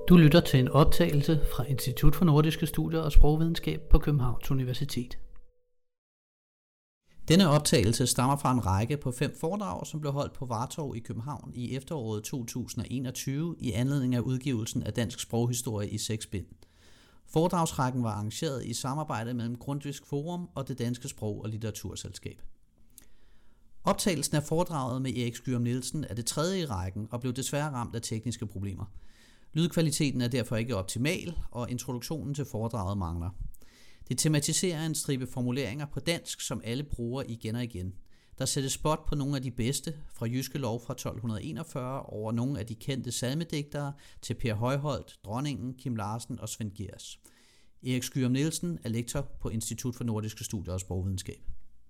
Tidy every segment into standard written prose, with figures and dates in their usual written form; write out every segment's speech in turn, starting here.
Du lytter til en optagelse fra Institut for Nordiske Studier og Sprogvidenskab på Københavns Universitet. Denne optagelse stammer fra en række på 5 foredrag, som blev holdt på Vartov i København i efteråret 2021 i anledning af udgivelsen af Dansk Sproghistorie i 6 bind. Foredragsrækken var arrangeret i samarbejde mellem Grundtvigs Forum og Det Danske Sprog- og Litteraturselskab. Optagelsen af foredraget med Erik Skyum Nielsen er det tredje i rækken og blev desværre ramt af tekniske problemer. Lydkvaliteten er derfor ikke optimal, og introduktionen til foredraget mangler. Det tematiserer en stribe formuleringer på dansk, som alle bruger igen og igen. Der sættes spot på nogle af de bedste, fra Jyske Lov fra 1241 over nogle af de kendte salmedigtere til Per Højholt, Dronningen, Kim Larsen og Svend Gehrs. Erik Skyum Nielsen er lektor på Institut for Nordiske Studier og Sprogvidenskab.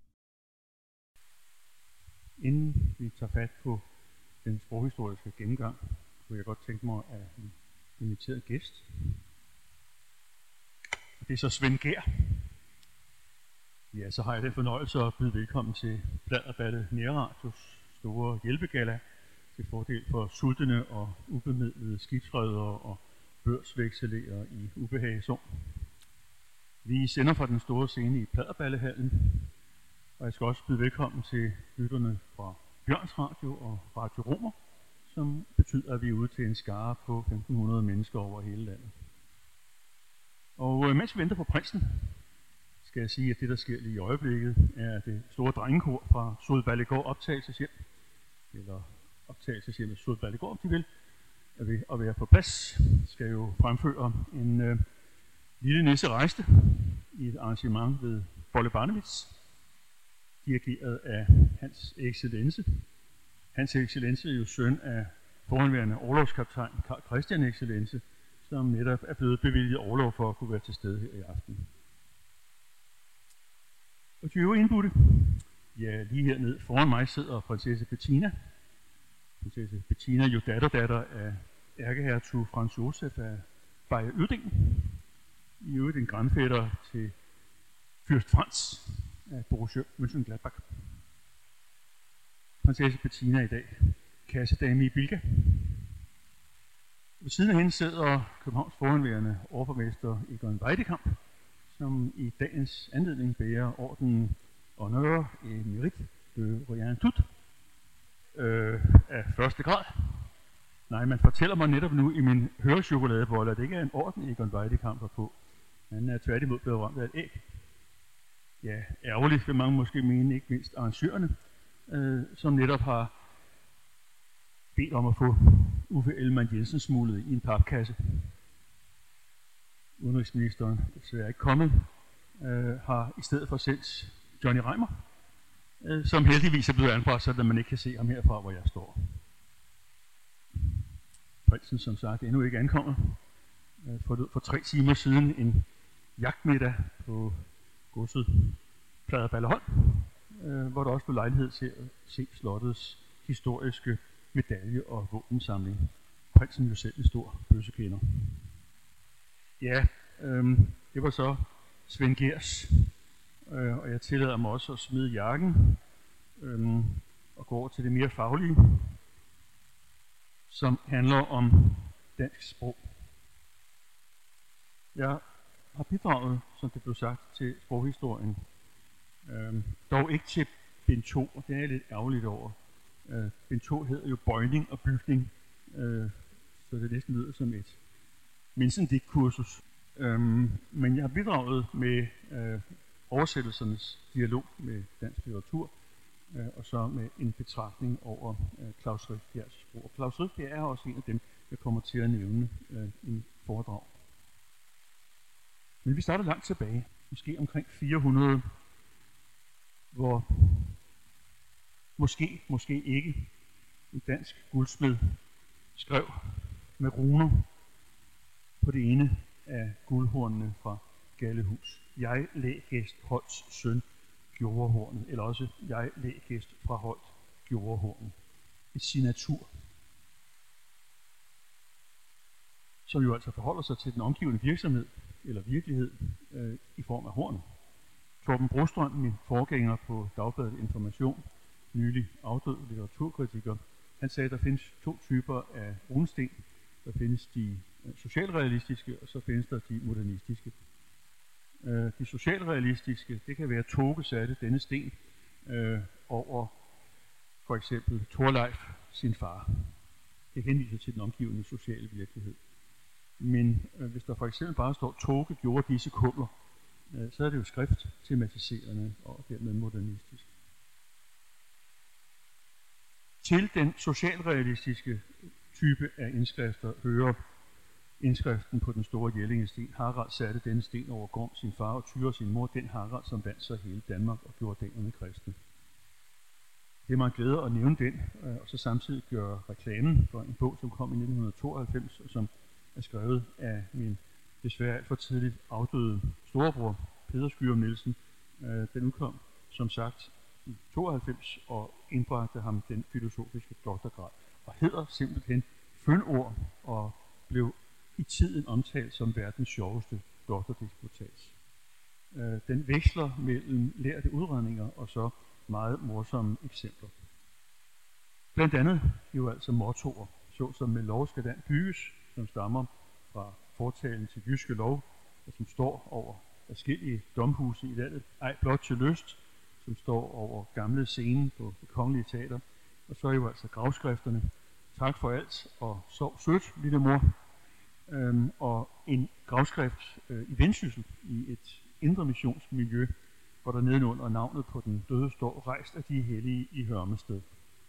Inden vi tager fat på den sproghistoriske gennemgang, kunne jeg godt tænke mig at invitere en gæst. Det er så Svend Gehrs. Ja, så har jeg den fornøjelse at byde velkommen til Pladerballe Nærradios store hjælpegalla til fordel for sultne og ubemidlede skibsredere og børsvekselærer i ubehagssum. Vi sender fra den store scene i Pladerballehallen, og jeg skal også byde velkommen til lytterne fra Bjørns Radio og Radio Romer, som betyder, at vi er ude til en skare på 1500 mennesker over hele landet. Og mens vi venter på prinsen, skal jeg sige, at det, der sker lige i øjeblikket, er det store drengekor fra Sodballegård optagelseshjem, eller optagelseshjemmet Sodballegård, om de vil, er ved at være på plads, skal jo fremføre en lille nisse rejste i et arrangement ved Bolle Barnevits, dirigeret af Hans Excellence. Hans Excellence er jo søn af forhenværende orlogskaptajn Carl Christian Excellence, som netop er blevet bevilget orlov for at kunne være til stede her i aften. Og de øvrige indbudte, ja, lige hernede foran mig sidder prinsesse Bettina. Prinsesse Bettina er jo datter af ærkehertug Frans Josef af Bayer-Øding. I øvrigt en grandfætter til fyrst Frans af Borussia Mönchengladbach. Prinsesse Bettina i dag kassedame i Bilka. Ved siden af hende sidder Københavns forhenværende overborgmester Egon Weidekamp, som i dagens anledning bærer ordenen Honneur et Mérite de Rien Tout af første grad. Nej, man fortæller mig netop nu i min hørechokoladebolle, at det ikke er en orden, Egon Weidekamp er på. Han er tværtimod blevet ramt af et æg. Ja, ærgerligt vil mange måske mene, ikke mindst arrangørerne, som netop har bedt om at få Uffe Ellemann-Jensen smuglet i en papkasse. Udenrigsministeren, desværre ikke kommet, har i stedet for sendt Johnny Reimer, som heldigvis er blevet anbragt, så man ikke kan se ham herfra, hvor jeg står. Prinsen, som sagt, endnu ikke ankommet. For 3 timer siden en jagtmiddag på godset Pladerballeholm, hvor der også blev lejlighed til at se slottets historiske medalje- og våbensamling. Prinsen jo selv en stor bøssekender. Ja, det var så Svend Gehrs, og jeg tillader mig også at smide jakken og gå over til det mere faglige, som handler om dansk sprog. Jeg har bidraget, som det blev sagt, til sproghistorien, dog ikke til bind 2, og det er jeg lidt ærgerligt over. Bind 2 hedder jo bøjning og bygning, så det næsten lyder som et Minsendik-kursus. Men jeg har bidraget med oversættelsernes dialog med dansk litteratur, og så med en betragtning over Klaus Rifbjergs sprog. Og Klaus Rifbjerg er også en af dem, jeg kommer til at nævne i foredrag. Men vi starter langt tilbage, måske omkring 400, hvor måske ikke en dansk guldsmed skrev med runer på det ene af guldhornene fra Gallehus. Jeg Lægest Holts søn gjorde hornet, eller også jeg Lægest fra Holt gjorde hornet. Et signatur, som jo altså forholder sig til den omgivende virksomhed eller virkelighed i form af hornet. Torben Brostrøm, min forgænger på Dagbladet Information, nylig afdød litteraturkritiker, han sagde, at der findes 2 typer af runesten. Der findes de socialrealistiske, og så findes der de modernistiske. De socialrealistiske, det kan være Toge satte denne sten over for eksempel Thorleif, sin far. Det henviser til den omgivende sociale virkelighed. Men hvis der for eksempel bare står, Toge gjorde disse kummer, så er det jo skrifttematiserende og dermed modernistisk. Til den socialrealistiske type af indskrifter hører indskriften på den store Jellingsten. Harald satte denne sten over Gorm, sin far, og Tyre, sin mor, den Harald, som vandt sig hele Danmark og gjorde danerne kristne. Det er mig glæde at nævne den, og så samtidig gøre reklamen for en bog, som kom i 1992, og som er skrevet af min desværre alt for tidligt afdøde storebror, Peder Skyrum Nielsen. Den udkom, som sagt, i 92 og indbragte ham den filosofiske doktorgrad, og hedder simpelthen Fyndord, og blev i tiden omtalt som verdens sjoveste doktordisputats. Den veksler mellem lærte udredninger og så meget morsomme eksempler. Blandt andet jo altså mottoer, såsom med lov skal land bygges, som stammer fra fortalen til jyske lov, og som står over forskellige domhuse i landet, ej blot til lyst, som står over gamle scenen på Det Kongelige Teater, og så er jo altså gravskrifterne, tak for alt, og sov sødt, lille mor, og en gravskrift i Vendsyssel i et indre missionsmiljø, hvor der nedenunder navnet på den døde står, rejst af de hellige i Hørmested.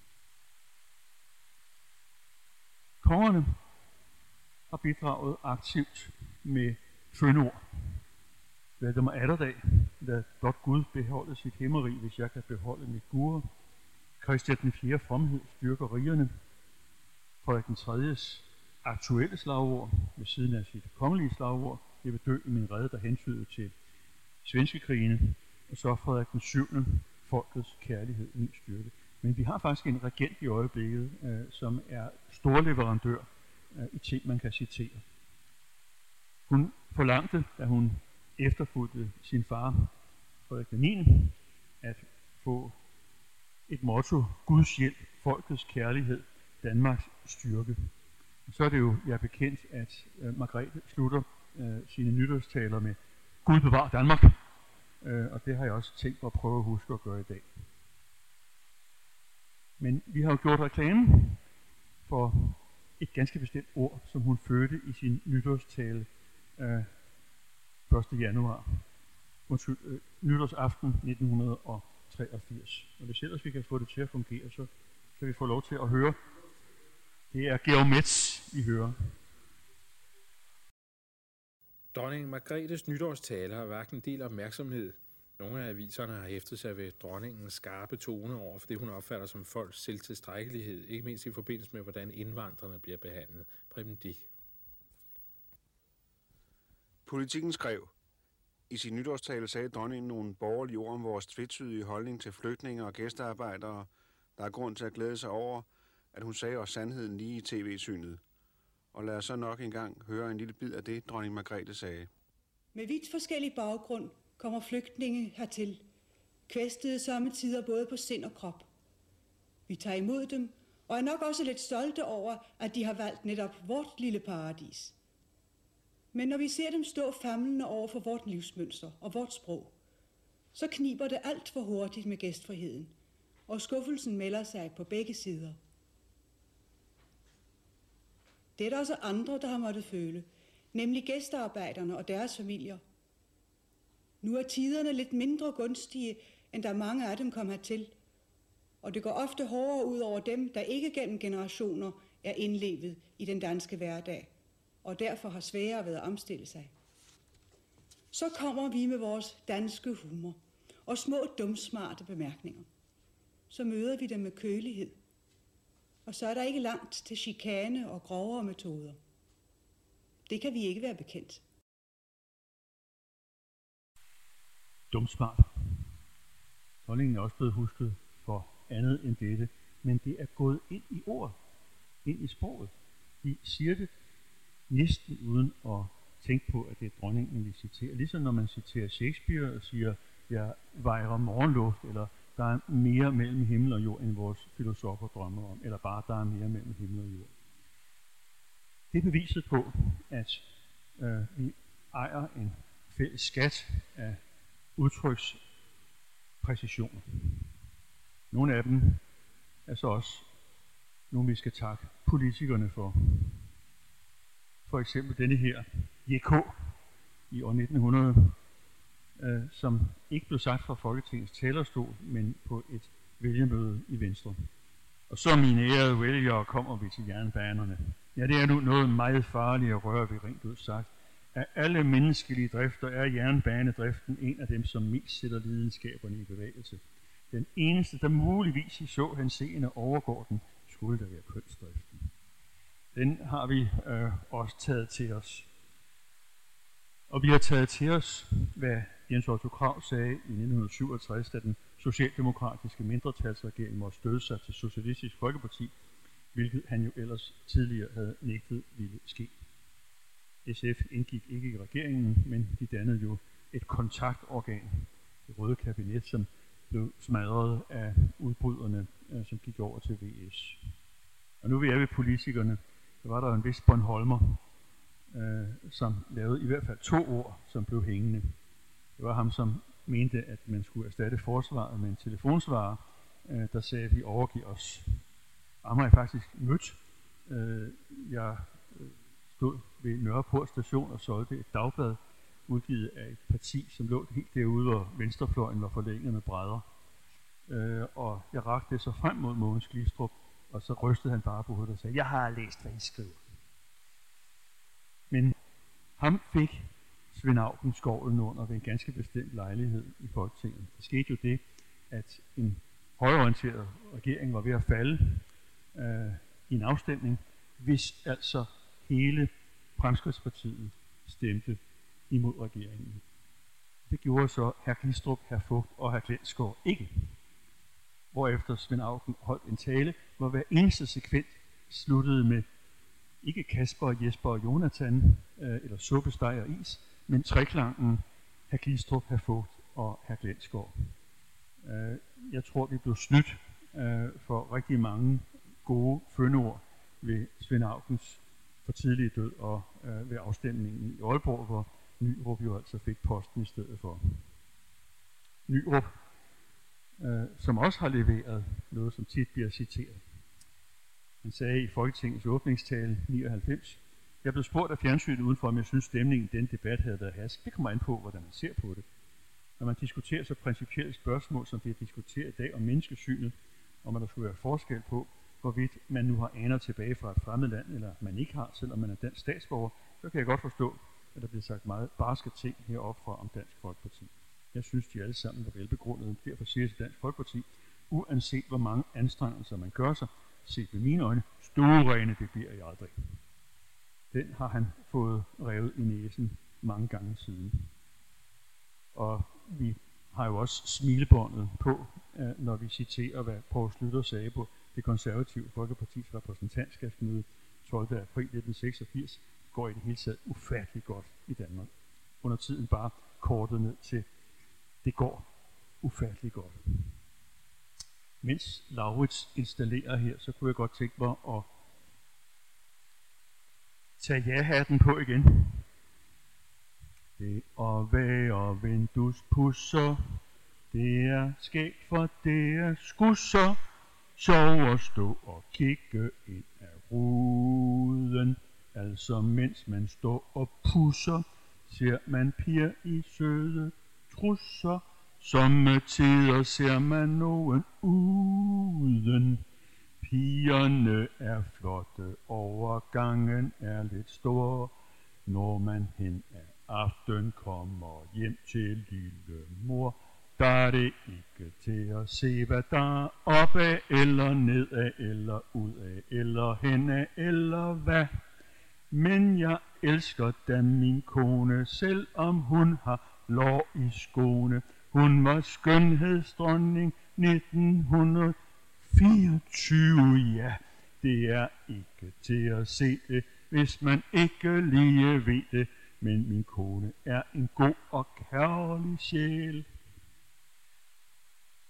Kongerne har bidraget aktivt med fyndord. Lad dem atterdag, lad blot Gud beholde sit himmerig, hvis jeg kan beholde mit gure. Christian den 4. fromhed styrker rigerne. Frederik den 3. aktuelle slagord ved siden af sit kongelige slagord, det vil dø i min rede, der hentyder til svenskekrigene. Og så Frederik den 7. folkets kærlighed, ny styrke. Men vi har faktisk en regent i øjeblikket, som er storleverandør i ting, man kan citere. Hun forlangte, da hun efterfulgte sin far, Frederik den 9., at få et motto, Guds hjælp, folkets kærlighed, Danmarks styrke. Og så er det jo bekendt, at Margrethe slutter sine nytårstaler med Gud bevar Danmark, og det har jeg også tænkt mig at prøve at huske at gøre i dag. Men vi har jo gjort reklame for et ganske bestemt ord, som hun fødte i sin nytårstale 1. januar. Nytårsaften 1983. Og hvis ellers vi kan få det til at fungere, så kan vi få lov til at høre. Det er Georg Metz, vi hører. Dronning Margrethes nytårstale har vakt en del opmærksomhed. Nogle af aviserne har hæftet sig ved dronningens skarpe tone over for det, hun opfatter som folks selvtilstrækkelighed, ikke mindst i forbindelse med, hvordan indvandrerne bliver behandlet. Preben Dich. Politikken skrev: I sin nytårstale sagde dronningen nogle borgerlige ord om vores tvetydige holdning til flygtninge og gæstearbejdere. Der er grund til at glæde sig over, at hun sagde os sandheden lige i tv-synet. Og lad os så nok engang høre en lille bid af det, dronning Margrethe sagde. Med vidt forskellig baggrund kommer flygtninge hertil, kvæstede samme tider både på sind og krop. Vi tager imod dem, og er nok også lidt stolte over, at de har valgt netop vort lille paradis. Men når vi ser dem stå famlende over for vort livsmønster og vort sprog, så kniber det alt for hurtigt med gæstfriheden, og skuffelsen melder sig på begge sider. Det er der også andre, der har måttet føle, nemlig gæstearbejderne og deres familier. Nu er tiderne lidt mindre gunstige, end da mange af dem kom hertil, og det går ofte hårdere ud over dem, der ikke gennem generationer er indlevet i den danske hverdag, og derfor har sværere ved at omstille sig. Så kommer vi med vores danske humor og små dumsmarte bemærkninger. Så møder vi dem med kølighed, og så er der ikke langt til chikane og grovere metoder. Det kan vi ikke være bekendt. Dumsmart. Dronningen er også blevet husket for andet end dette, men det er gået ind i ordet, ind i sproget. De siger det næsten uden at tænke på, at det er dronningen, vi citerer. Ligesom når man citerer Shakespeare og siger, jeg vejrer morgenluft, eller der er mere mellem himmel og jord, end vores filosofer drømmer om, eller bare der er mere mellem himmel og jord. Det er beviset på, at vi ejer en fælles skat af udtrykspræcisioner. Nogle af dem er så også nogle, vi skal takke politikerne for. For eksempel denne her JK i år 1900, som ikke blev sagt fra Folketingets talerstol, men på et vælgermøde i Venstre. Og så, mine ærede vælgere, kommer vi til jernbanerne. Ja, det er nu noget meget farligt at røre ved, rent ud sagt. Af alle menneskelige drifter er jernbanedriften en af dem, som mest sætter lidenskaberne i bevægelse. Den eneste, der muligvis i så henseende overgår den, skulle da være kønsdriften. Den har vi også taget til os. Og vi har taget til os, hvad Jens Otto Krag sagde i 1967, da den socialdemokratiske mindretalsregering måtte støde sig til Socialistisk Folkeparti, hvilket han jo ellers tidligere havde nægtet ville ske. SF indgik ikke i regeringen, men de dannede jo et kontaktorgan, det røde kabinet, som blev smadret af udbryderne, som gik over til VS. Og nu er vi ved politikerne. Der var der en vis Bornholmer, som lavede i hvert fald 2 ord, som blev hængende. Det var ham, som mente, at man skulle erstatte forsvaret med en telefonsvarer, der sagde, at vi overgiver os. Ham har jeg faktisk mødt. Jeg stod ved Nørreport station og solgte et dagblad, udgivet af et parti, som lå helt derude, hvor venstrefløjen var forlænget med brædder. Og jeg rakte det så frem mod Mogens Glistrup, og så rystede han bare på hovedet og sagde, jeg har læst, hvad I skriver. Men ham fik Svend Auken skovlen under ved en ganske bestemt lejlighed i Folketinget. Der skete jo det, at en højreorienteret regering var ved at falde i en afstemning, hvis altså hele Fremskridtspartiet stemte imod regeringen. Det gjorde så hr. Glistrup, hr. Vogt og hr. Klensgaard ikke. Hvorefter Svend Auken holdt en tale, hvor hver eneste sekvent sluttede med ikke Kasper, Jesper og Jonathan, eller suppe, steg og is, men treklangen hr. Glistrup, hr. Vogt og hr. Klensgaard. Jeg tror, vi blev snydt for rigtig mange gode fyndord ved Svend Aukens for tidlige død og ved afstemningen i Aalborg, hvor Nyrup jo altså fik posten i stedet for. Nyrup, som også har leveret noget, som tit bliver citeret. Han sagde i Folketingets åbningstale 99, jeg blev spurgt af fjernsynet udenfor, om jeg synes stemningen i den debat havde været hersk. Det kommer an på, hvordan man ser på det. Når man diskuterer så principielle spørgsmål, som vi har diskuteret i dag om menneskesynet, om at der skulle være forskel på, hvorvidt man nu har aner tilbage fra et fremmed land, eller man ikke har, selvom man er dansk statsborger, så kan jeg godt forstå, at der bliver sagt meget barske ting heroppe fra om Dansk Folkeparti. Jeg synes, de alle sammen var velbegrundede. Derfor siger jeg til Dansk Folkeparti, uanset hvor mange anstrengelser man gør sig, set med mine øjne, stuerene, det bliver jeg aldrig. Den har han fået revet i næsen mange gange siden. Og vi har jo også smilebåndet på, når vi citerer, hvad Poul Schlüter sagde på det konservative Folkepartis repræsentantskabsmøde 12. april 1986, går i det hele taget ufatteligt godt i Danmark. Under tiden bare kortet ned til, det går ufatteligt godt. Mens Laurits installerer her, så kunne jeg godt tænke mig at tage ja-hatten på igen. Det at være vinduespusser, det er skægt, for det er skusser. Sjov at stå og kigge ind af ruden. Altså mens man står og pusser, ser man piger i søde trusser. Sommetider ser man nogen uden. Pigerne er flotte, overgangen er lidt stor. Når man hen af aften kommer hjem til lille mor, der er det ikke til at se, hvad der er opad, eller nedad, eller udad, eller henad, eller hvad. Men jeg elsker da min kone, selvom hun har lår i skoene. Hun var skønhedsdronning 1924, ja. Det er ikke til at se det, hvis man ikke lige ved det. Men min kone er en god og kærlig sjæl.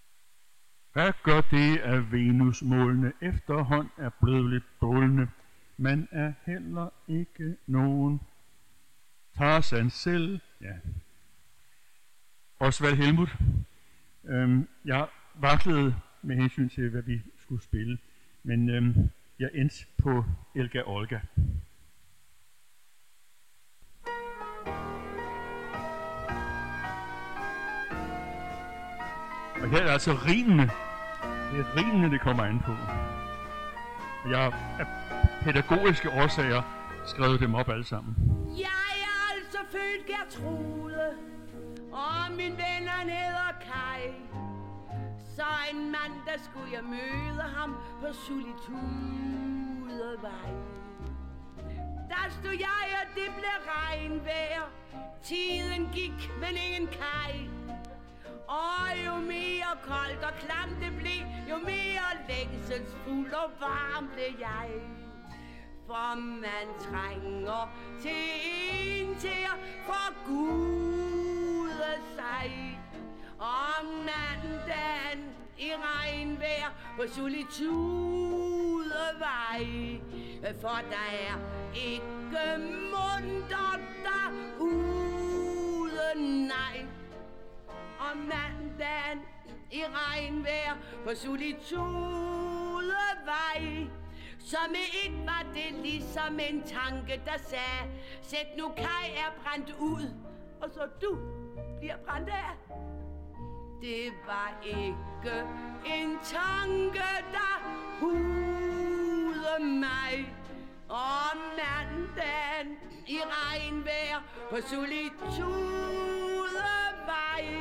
Hvad gør det, at Venusmålene efterhånd er blevet lidt bålende? man er heller ikke nogen Tarzan selv. Ja. Osvald Helmuth. Jeg vaklede med hensyn til, hvad vi skulle spille, men jeg endte på Elga Olga. Og her er altså rimene. Det er rimene, det kommer an på. Jeg af pædagogiske årsager skrev dem op alle sammen. Jeg er altså født Gertrude, og min venner hedder Kai. Så en mandag skulle jeg møde ham på Solitudevej. Der stod jeg, og det blev regnvejr. Tiden gik, men ingen Kai. Og jo mere koldt og klamt det blev, jo mere længselsfuld og varm blev jeg. For man trænger til en til at forgude sig. Om mandagen i regnvejr på Solitudevej. For der er ikke muntert derude, nej. Om mandagen i regnvejr på Solitudevej. Så med et var det ligesom en tanke, der sagde, sæt nu Kai er brændt ud, og så du bliver brændt af. Det var ikke en tanke, der hudede mig. Om mandagen i regnvejr på Solitudevej.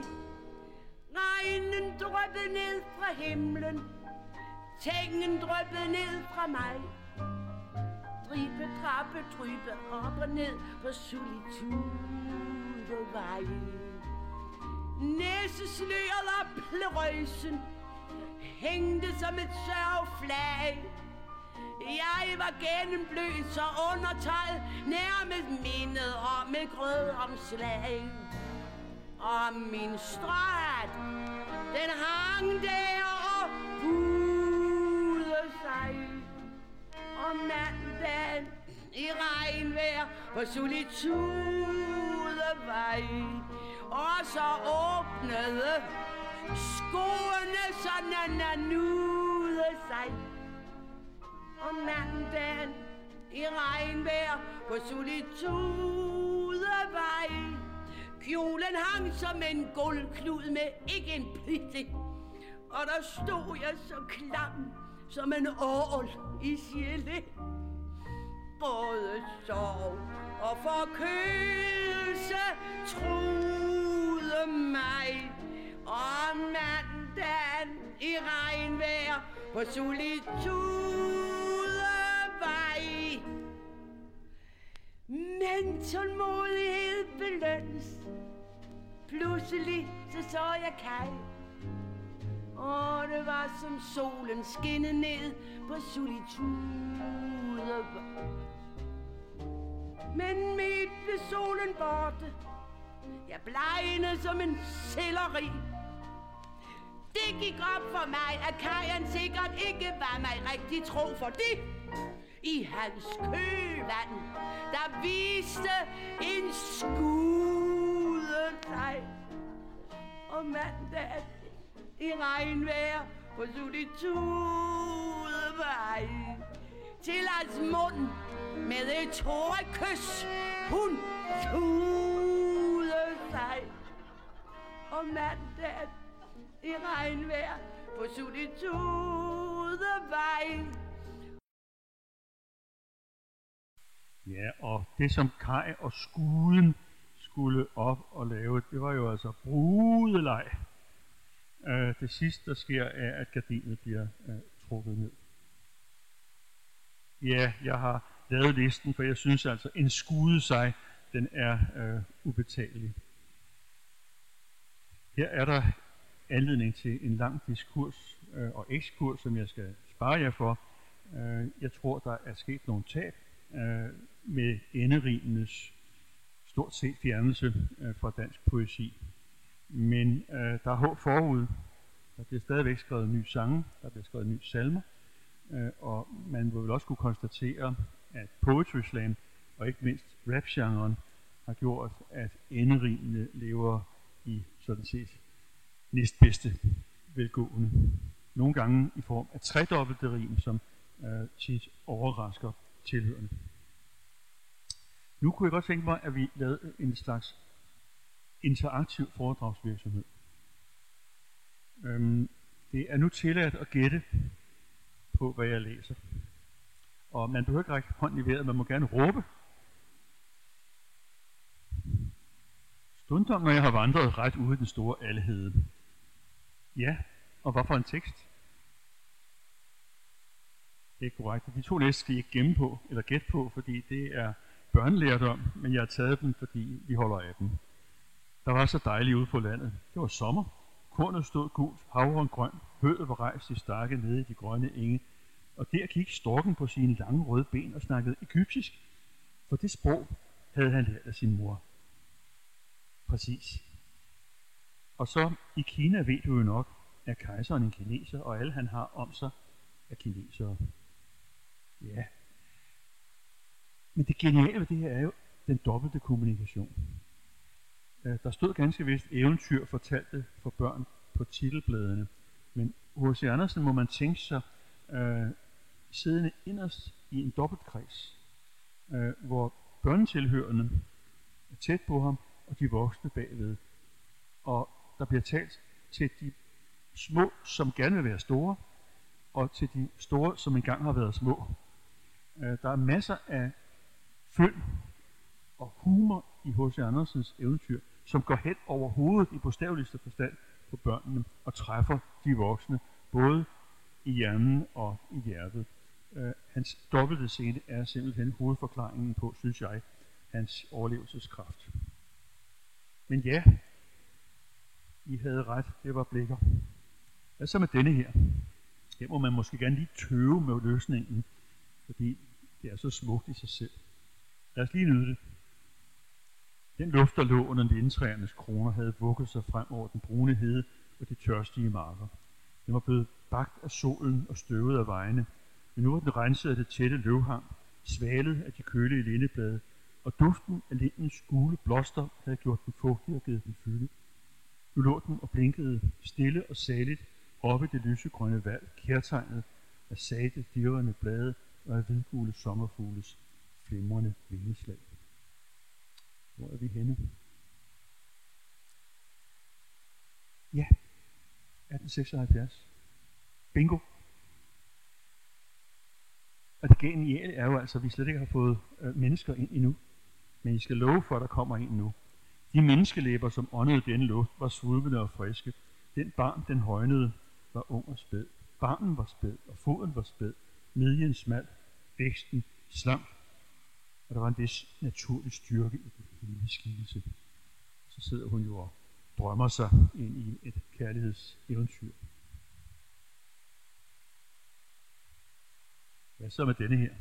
Regnen dryppede ned fra himlen, Tængen dryppede ned fra mig. Dribe, trappe, trybe op og ned på Solitudevej. Næsesløret og plørøsen hængte som et sørgeflag. Jeg var gennemblødt og undertøjet, nærmest mindet om et grødomslag. Og min strat, den hang der og budede sig. Og mandagen i regnvejr på Solitudevej. Og så åbnede skoene, så nanude sig. Og mandagen i regnvejr på Solitudevej. Kjolen hang som en guldklud med ikke en plit. Og der stod jeg så klam som en ål i gelé. Både sorg og forkølelse truede mig. Og mandagen i regnvejr på Solitudevej. Men tålmodighed belønnes. Pludselig så jeg Kai. Og det var som solen skinnede ned på Solitudevej. Men midt blev solen borte. Jeg blegnede som en selleri. Det gik op for mig, at Kajan sikkert ikke var mig rigtig tro, fordi i hans kølvand, der viste en skude sig. Og mandagen i regnvejr på Solitudevej. Til hans mund med et tårekys, hun tudede sig. Og mandagen i regnvejr på Solitudevej. Ja, og det som Kai og skuden skulle op og lave, det var jo altså brudeleg. Det sidste, der sker, er, at gardinet bliver trukket ned. Ja, jeg har lavet listen, for jeg synes altså, en skude sig, den er ubetalelig. Her er der anledning til en lang diskurs og ekskurs, som jeg skal spare jer for. Jeg tror, der er sket nogle tab med enderimenes stort set fjernelse fra dansk poesi. Men der er håb forud. Der bliver stadigvæk skrevet nye sange, der bliver skrevet nye salmer, og man vil vel også kunne konstatere, at poetry slam og ikke mindst rap-genren har gjort, at enderimene lever i sådan set næstbedste velgående. Nogle gange i form af tredobbelte rim, som tit overrasker tilhørende. Nu kunne jeg godt tænke mig, at vi lavede en slags interaktiv foredragsvirksomhed. Det er nu tilladt at gætte på, hvad jeg læser. Og man behøver ikke række hånden i vejret, man må gerne råbe. Stundom, når jeg har vandret ret ude i den store alheden. Ja, og hvad for en tekst? Det er korrekt. De to næste skal I ikke gemme på, eller gætte på, fordi det er børnelærdom, men jeg har taget dem, fordi vi holder af dem. Der var så dejligt ude på landet. Det var sommer. Kornet stod gult, havren grøn, høet var rejst i stakke nede i de grønne enge, og der gik storken på sine lange røde ben og snakkede egyptisk, for det sprog havde han lært af sin mor. Præcis. Og så i Kina ved du jo nok, at kejseren en kineser, og alle han har om sig er kinesere. Ja. Men det geniale ved det her er jo den dobbelte kommunikation. Der stod ganske vist eventyr fortalte for børn på titelbladene, men H.C. Andersen må man tænke sig siddende inderst i en dobbeltkreds, hvor børnetilhørende er tæt på ham, og de voksne bagved. Og der bliver talt til de små, som gerne vil være store, og til de store, som engang har været små. Der er masser af føl og humor i H.C. Andersens eventyr, som går hen over hovedet i bogstaveligste forstand på børnene og træffer de voksne, både i hjernen og i hjertet. Hans dobbelte scene er simpelthen hovedforklaringen på, synes jeg, hans overlevelseskraft. Men ja, I havde ret, det var Blicher. Hvad så med denne her? Her må man måske gerne lige tøve med løsningen, fordi det er så smukt i sig selv. Lad os lige nyde det. Den luft, der lå under lindetræernes kroner, havde vugget sig frem over den brune hede og de tørstige marker. Den var blevet bagt af solen og støvet af vejene, men nu var den renset af det tætte løvhang, svalet af de kølige lindeblade, og duften af lindens gule blomster havde gjort den fugtig og givet den fylde. Nu lå den og blinkede stille og saligt oppe i det lysegrønne valg, kærtegnet af sate, dirrende blade og af hvidgule sommerfugles flimrende vingeslag. Hvor er vi henne? Ja, 1876. Bingo. Og det geniale er jo altså, at vi slet ikke har fået mennesker ind endnu. Men I skal love for, at der kommer en nu. De menneskelæber, som åndede denne luft, var svulmende og friske. Den barn, den højnede, var ung og spæd. Barnen var spæd, og foden var spæd. Midjen smal, væksten slank. Og der var en vis naturlig styrke i det hele skikkelse. Så sidder hun jo og drømmer sig ind i et kærlighedseventyr. Hvad så med denne her?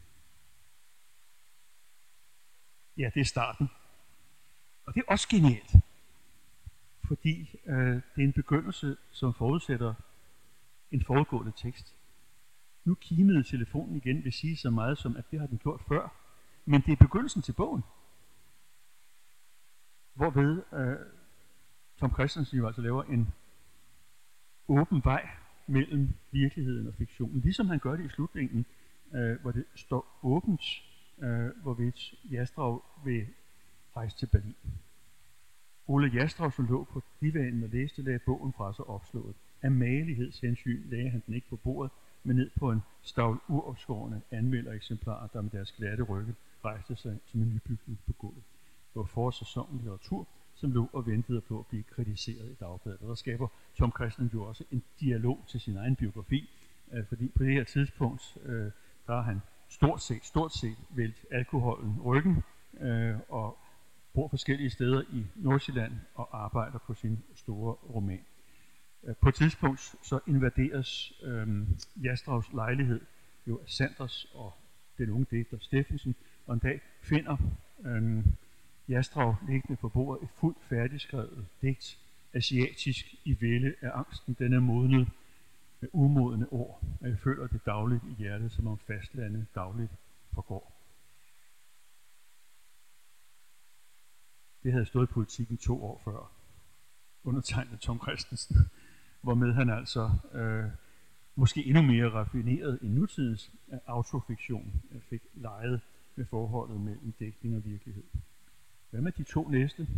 Ja, det er starten. Og det er også genialt, fordi det er en begyndelse, som forudsætter en foregående tekst. Nu kimede telefonen igen vil sige så meget som, at det har den gjort før, men det er begyndelsen til bogen. Hvorved Tom Kristensen jo altså laver en åben vej mellem virkeligheden og fiktionen, ligesom han gør det i slutningen, hvor det står åbent, hvorvidt Jastrov vil rejse til Berlin. Ole Jastrov, som lå på divanen og læste, lagde bogen fra sig opslået. Af magelighedshensyn lagde han den ikke på bordet, men ned på en stavl uopskårne anmeldereksemplarer, der med deres glatte rygge rejste sig som en nybygning på gulvet. Det var forårssæsonen litteratur, som lå og ventede på at blive kritiseret i dagbladet. Og der skaber Tom Kristensen jo også en dialog til sin egen biografi, fordi på det her tidspunkt, der har han stort set vælt alkoholen ryggen, og bor forskellige steder i Nordsjælland og arbejder på sin store roman. På et tidspunkt så invaderes Jastravs lejlighed jo af Sanders og den unge digter Steffensen, og en dag finder Jastrav liggende på bordet et fuldt færdigskrevet digt, asiatisk i vælde af angsten. Den er modnet med umodne ord, at jeg føler det dagligt i hjertet, som om fastlandet dagligt forgår. Det havde stået i Politikken 2 år før, undertegnet Tom Christensen, hvormed han altså måske endnu mere raffineret end nutidens autofiktion fik leget med forholdet mellem dækning og virkelighed. Hvad med de to næste?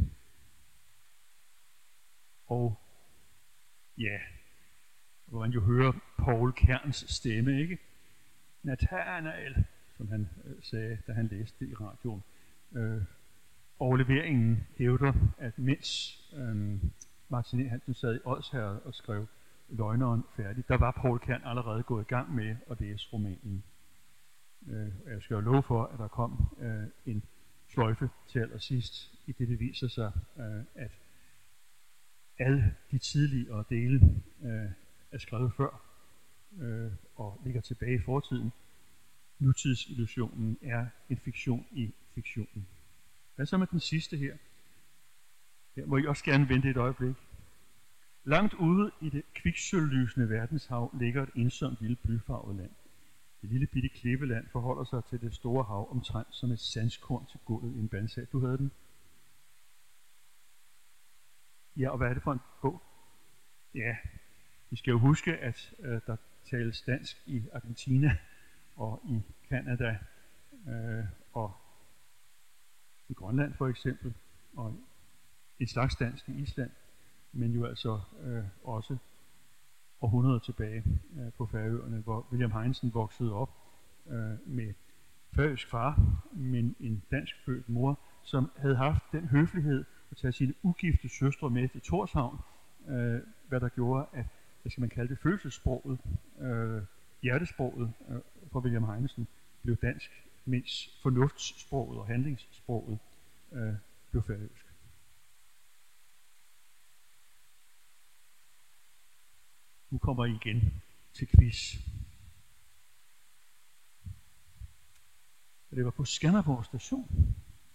Og ja, hvor man jo hører Poul Kerns stemme, ikke? Nathanael, som han sagde, da han læste det i radioen. Overleveringen hævder, at mens Martin E. Hansen sad i Odsherred og skrev Løgneren færdig, der var Poul Kern allerede gået i gang med at læse romanen. Jeg skal jo love for, at der kom en sløjfe til allersidst, i det viser sig, at alle de tidligere dele er skrevet før og ligger tilbage i fortiden. Nutidsillusionen er en fiktion i fiktionen. Hvad så med den sidste her? Her må I også gerne vente et øjeblik. Langt ude i det kviksølvlysende verdenshav ligger et ensomt lille blyfarvet land. Det lille bitte klippeland forholder sig til det store hav omtrent som et sandskorn til gulvet i en bandsag. Du havde den? Ja, og hvad er det for en bog? Ja, vi skal jo huske, at der tales dansk i Argentina og i Canada og i Grønland for eksempel, og et slags dansk i Island, men jo altså også århundreder tilbage på Færøerne, hvor William Heinsen voksede op med færøsk far, men en danskfødt mor, som havde haft den høflighed at tage sine ugifte søstre med til Tórshavn, hvad der gjorde, at, hvad skal man kalde det, følelsessproget, hjertesproget for William Heinsen blev dansk, mens fornuftssproget og handlingssproget blev færøsk. Nu kommer I igen til quiz. Det var på Skanderborg station.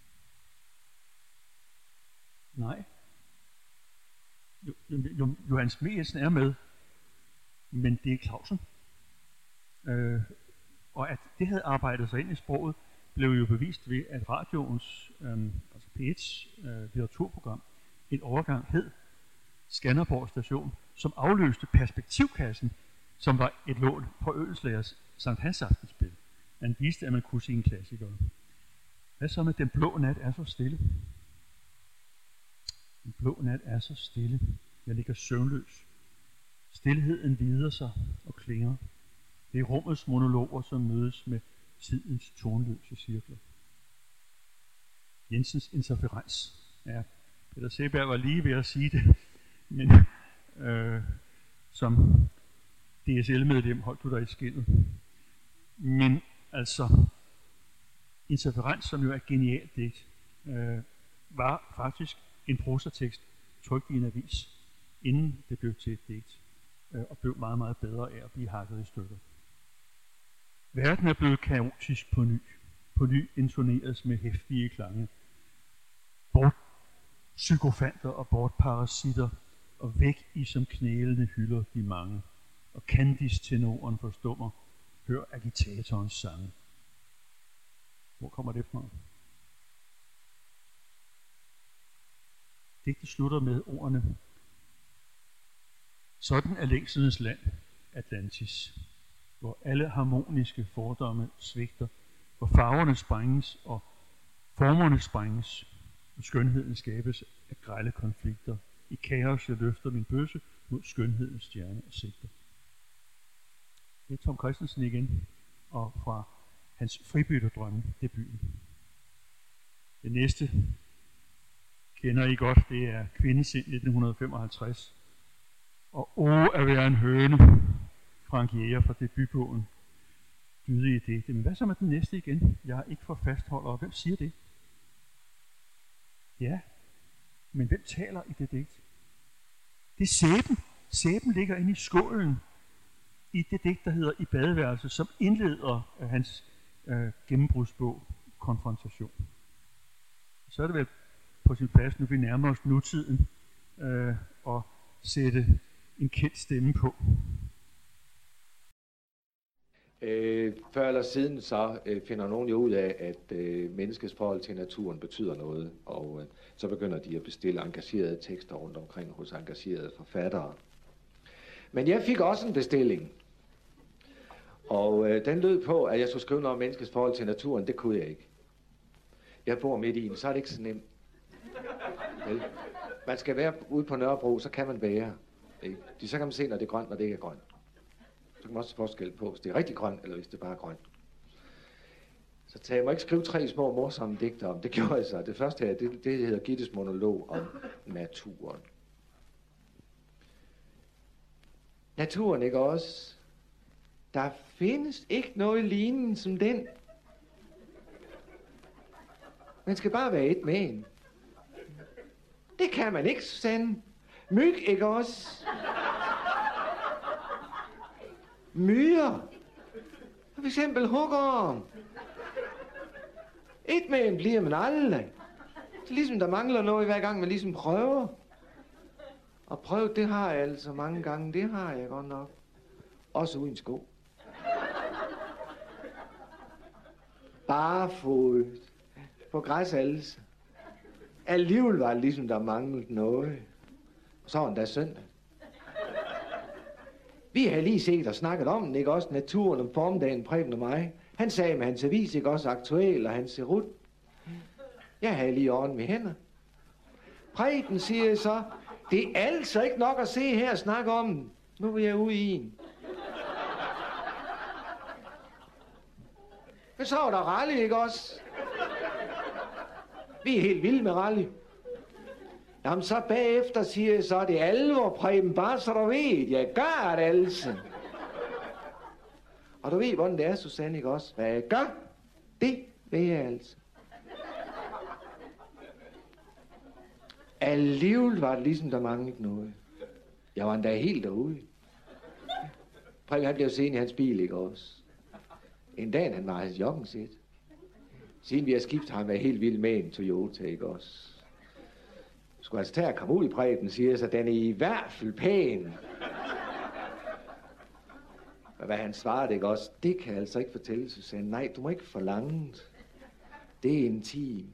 Nej. Johannes Meersen er med, men det er Clausen. Og at det havde arbejdet sig ind i sproget, blev jo bevist ved, at radioens, altså P1's litteraturprogram, et overgang hed Skanderborg station, som afløste Perspektivkassen, som var et lån på Ødelslagers Sankt Hans aftenspil. Han viste, at man kunne se en klassiker. Hvad så med Den blå nat er så stille? Den blå nat er så stille. Jeg ligger søvnløs. Stilheden vider sig og klinger. Det er rummets monologer, som mødes med tidens tonløse cirkler. Jensens interferens. Ja, Peter Seberg var lige ved at sige det, men som DSL-medlem holdt du dig i skindet. Men altså, interferens, som jo er et genialt digt, var faktisk en prosatekst trykt i en avis, inden det blev til et digt, og blev meget, meget bedre af at blive hakket i stykker. Verden er blevet kaotisk på ny. På ny intoneres med heftige klange. Bort psykofanter og bort parasitter, og væk i som knælende hylder de mange. Og Candice-tenoren forstummer, hør agitatorens sange. Hvor kommer det fra? Digtet slutter med ordene: sådan er længselens land, Atlantis, hvor alle harmoniske fordomme svigter, hvor farverne sprænges og formerne sprænges, og skønheden skabes af grelle konflikter. I kaos jeg løfter min bøsse mod skønhedens stjerne og sigter. Det er Tom Christensen igen, og fra hans fribytterdrømme debuten. Det næste kender I godt, det er Kvindesind 1955. Og at være en høne, Frank Jæger fra debutbogen, dyde i det. Men hvad så med den næste igen? Jeg er ikke for fastholder. Hvem siger det? Ja, men hvem taler i det digt? Det er sæben. Sæben ligger inde i skålen i det digt, der hedder I badeværelset, som indleder hans gennembrudsbog Konfrontation. Så er det vel på sin plads, nu vi nærmer os nutiden, og sætte en kendt stemme på. Før eller siden så finder nogen jo ud af, at menneskets forhold til naturen betyder noget, og så begynder de at bestille engagerede tekster rundt omkring hos engagerede forfattere. Men jeg fik også en bestilling, og den lød på, at jeg skulle skrive noget om menneskets forhold til naturen. Det kunne jeg ikke. Jeg bor midt i den, så er det ikke så nemt. Vel? Man skal være ude på Nørrebro, så kan man være. Ikke? Så kan man se, når det er grønt, når det ikke er grønt. Så kan man også forskel på, hvis det er rigtig grønt, eller hvis det bare er grønt. Så tager jeg må ikke skrive 3 små morsomme digter om. Det gjorde jeg så. Det første her, det hedder Gittes monolog om naturen. Naturen, ikke også? Der findes ikke noget lignende som den. Man skal bare være et med en. Det kan man ikke, Susanne. Myg, ikke også? Myrer. For eksempel huggorm. Et med en bliver man aldrig. Det er ligesom, der mangler noget hver gang, man ligesom prøver. Og prøv, det har jeg altså mange gange. Det har jeg godt nok. Også uden sko. Barefod. På græs altså. Alligevel var det ligesom, der manglede noget. Så var der søndag. Vi har lige set og snakket om den, ikke også? Naturen om formiddagen, Preben og mig. Han sagde med hans avis, ikke også? Aktuel og hans serut. Jeg havde lige orden med hænder. Preben siger så, det er altså ikke nok at se her og snakke om den. Nu vil jeg ude i en. Men så var der rally, ikke også? Vi er helt vilde med rally. Jamen så bagefter siger jeg så, det er alvor, Preben, bare så du ved, jeg gør det altså. Og du ved, hvordan det er, Susanne, ikke også? Hvad jeg gør, det ved jeg altså. Alligevel var det ligesom, der manglede noget. Jeg var endda helt derude. Preben, han blev sen i hans bil, ikke også? En dag, han var hans joggensæt. Siden vi har skiftet, har han været helt vild med en Toyota, ikke også? Skulle altså tage at komme ud i Preben, siger så, den er i hvert fald pæn. Og hvad han svarede, ikke også? Det kan jeg altså ikke fortælle, Susanne. Nej, du må ikke forlange det. Det er intim.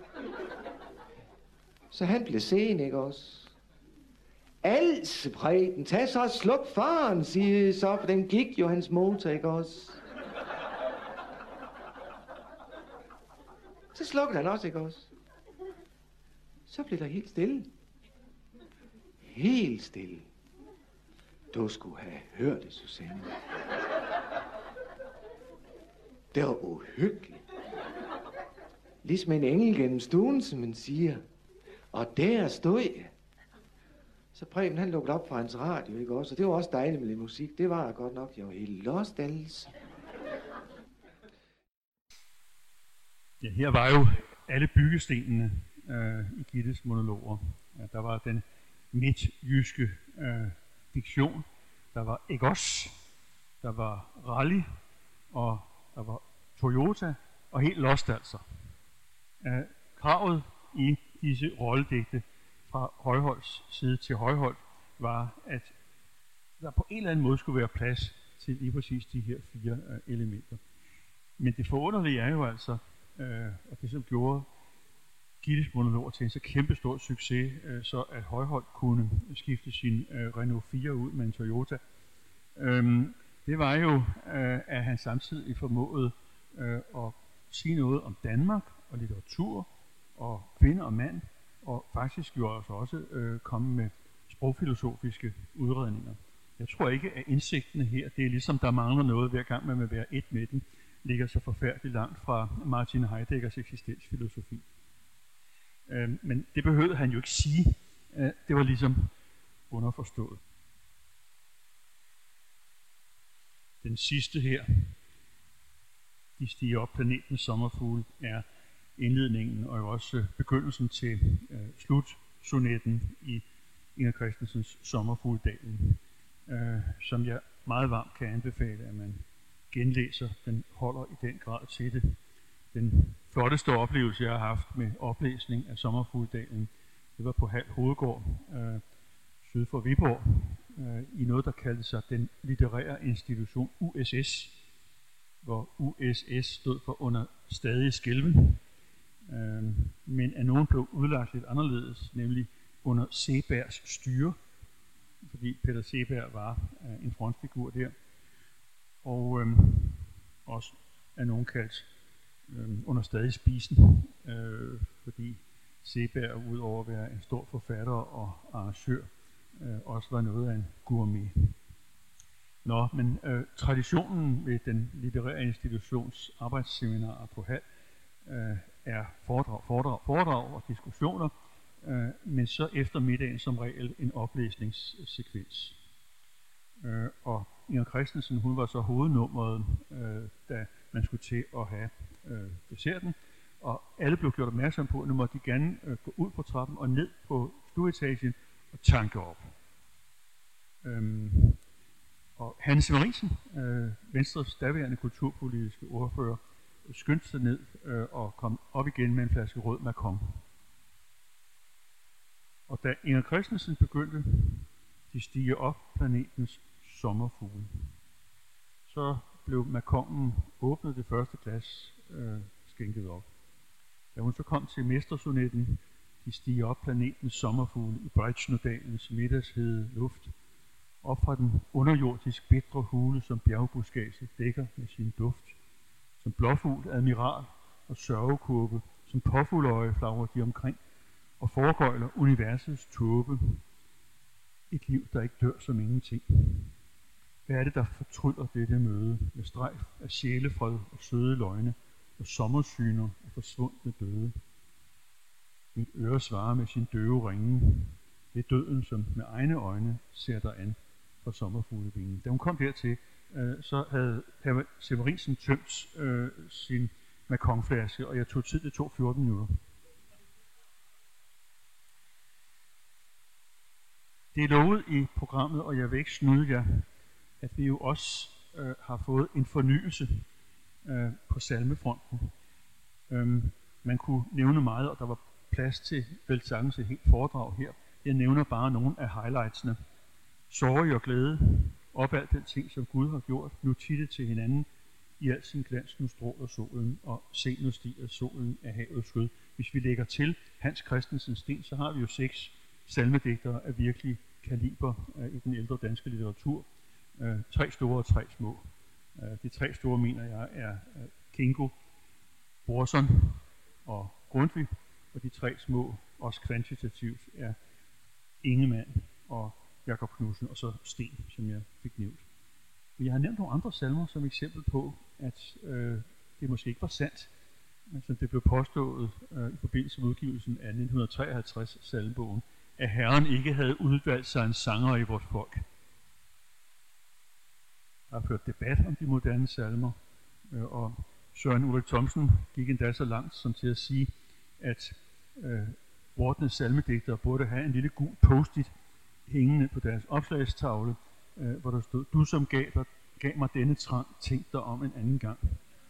Så han blev sen, ikke også? Altså, Preben, tag så og sluk faren, siger så, for den gik jo hans motor, ikke også? Så slukkede han også, ikke også? Så blev der helt stille. Helt stille. Du skulle have hørt det, Susanne. Det var uhyggeligt. Ligesom en engel gennem stuen, som man siger. Og der stod jeg. Så Preben, han lukkede op for hans radio, ikke også? Og det var også dejligt med lidt musik. Det var godt nok. Jeg var helt lost, altså. Ja, her var jo alle byggestenene i Gittes monologer. Ja, der var den midtjyske fiktion, der var Egos, der var rally, og der var Toyota, og helt lost altså. Kravet i disse rolledigte fra Højholds side til Højhold var, at der på en eller anden måde skulle være plads til lige præcis de her 4 elementer. Men det forunderlige er jo altså, og det som gjorde Gittes monologer til en så kæmpestor succes, så at Højhold kunne skifte sin Renault 4 ud med en Toyota. Det var jo, at han samtidig formåede at sige noget om Danmark og litteratur og kvinde og mand, og faktisk jo også komme med sprogfilosofiske udredninger. Jeg tror ikke, at indsigtene her, det er ligesom, der mangler noget hver gang man vil være et med den, ligger så forfærdeligt langt fra Martin Heideggers eksistensfilosofi. Men det behøvede han jo ikke sige. Det var ligesom underforstået. Den sidste her, De stiger op, planetens sommerfugle, er indledningen og jo også begyndelsen til slutsonetten i Inger Christensens Sommerfugledalen, som jeg meget varmt kan anbefale, at man genlæser. Den holder i den grad til det. Den flotteste oplevelse, jeg har haft med oplæsning af Sommerfugledalen, det var på Hald Hovedgård, syd for Viborg, i noget, der kaldte sig den litterære institution USS. hvor USS stod for under stadig skælven, men af nogen blev udlagt lidt anderledes, nemlig under Seebergs styre, fordi Peter Seeberg var en frontfigur der, og også af nogen kaldt under stadig spisen, fordi Seeberg udover at være en stor forfatter og arrangør, også var noget af en gourmet. Nå, men traditionen ved den litterære institutions arbejdsseminarer på Hald er foredrag og diskussioner, men så efter middagen som regel en oplæsningssekvens. Og Inger Christensen, hun var så hovednummeret, da man skulle til at have desserten, og alle blev gjort opmærksom på, at nu måtte de gerne gå ud på trappen og ned på stueetagen og tanke op. Og Hanne Severinsen, Venstres daværende kulturpolitiske ordfører, skyndte sig ned og kom op igen med en flaske rød Macon. Og da Inger Christensen begyndte, de stiger op planetens sommerfugle, så blev Maconen åbnet, det første glas skænket op. Da hun så kom til mestersonetten, de stiger op planetens sommerfugle i Brechnodalens middagshede luft, op fra den underjordisk bitre hule, som bjergbuskaget dækker med sin duft. Som blåfugl, admiral og sørgekurve, som påfugløje flagrer de omkring og foregøjler universets tåbe. Et liv, der ikke dør som ingenting. Hvad er det, der fortryller dette møde med strejf af sjælefred og søde løgne og sommersyner og forsvundne døde? Mit øre svarer med sin døve ringe. Det er døden, som med egne øjne ser der an for sommerfuglevingen. Da hun kom dertil, så havde Hanne Severinsen tømt sin Macon-flaske, og jeg tog tid, det tog 14 minutter. Det er lovet i programmet, og jeg vil ikke snyde jer, at vi jo også har fået en fornyelse på salmefronten. Man kunne nævne meget, og der var plads til vel sagtens et helt foredrag her. Jeg nævner bare nogle af highlightsene. Sorg og glæde, op alt den ting, som Gud har gjort, nu titte til hinanden, i al sin glans nu stråler solen, og se nu stiger solen af havets skød. Hvis vi lægger til Hans Christensen Sten, så har vi jo 6 salmedigtere af virkelig kaliber i den ældre danske litteratur. 3 store og 3 små. De 3 store, mener jeg, er Kingo, Brorson og Grundtvig, og de 3 små, også kvantitativt, er Ingemann og Jakob Knudsen, og så Sten, som jeg fik nævnt. Men jeg har nævnt nogle andre salmer som eksempel på, at det måske ikke var sandt, men som det blev påstået i forbindelse med udgivelsen af 1953 salmebogen, at Herren ikke havde udvalgt sig en sanger i vores folk. Der har ført debat om de moderne salmer, og Søren Ulrik Thomsen gik endda så langt som til at sige, at Vortnes salmedigtere burde have en lille gul post-it hængende på deres opslagstavle, hvor der stod: du som gav mig denne trang, tænk dig om en anden gang.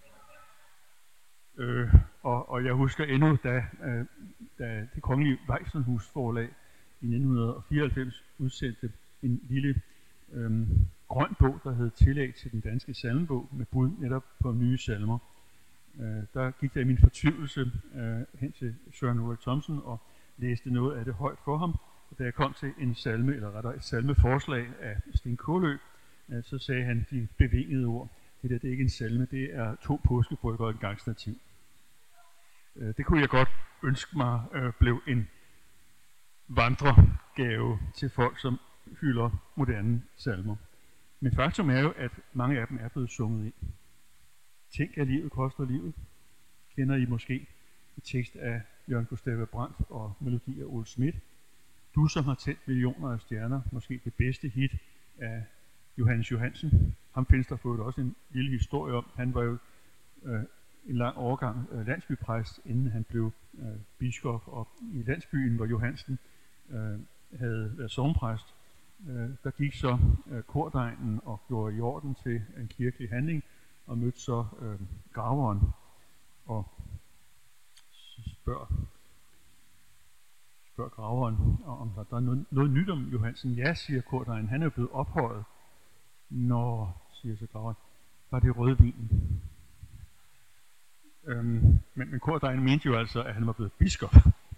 Og jeg husker endnu, da det kongelige Weisenhus forlag i 1994 udsendte en lille grøn bog, der hed Tillæg til den danske salmebog, med bud netop på nye salmer. Der gik jeg i min fortvivlelse hen til Søren Ulrik Thomsen og læste noget af det højt for ham. Og da jeg kom til en salme, eller rettere et salmeforslag af Sten Kåløb, så sagde han de bevingede ord: det er ikke en salme, det er 2 påskebrygger og en gangstativ. Det kunne jeg godt ønske mig blev en vandregave til folk, som hylder moderne salmer. Men faktum er jo, at mange af dem er blevet sunget ind. Tænk, at livet koster livet. Kender I måske et tekst af Jørgen Gustave Brandt og melodi af Ole Schmidt. Du, som har tændt millioner af stjerner, måske det bedste hit af Johannes Johansen. Ham findes der for også en lille historie om. Han var jo en lang overgang landsbypræst, inden han blev biskop, og i landsbyen, hvor Johansen havde været sognepræst, der gik så kordegnen og gjorde i orden til en kirkelig handling, og mødte så graveren og spørger graveren, om der er noget nyt om Johansen. Ja, siger kordegnen, han er jo blevet ophøjet. Nå, siger så graveren, var det rødvinen. Men kordegnen mente jo altså, at han var blevet biskop.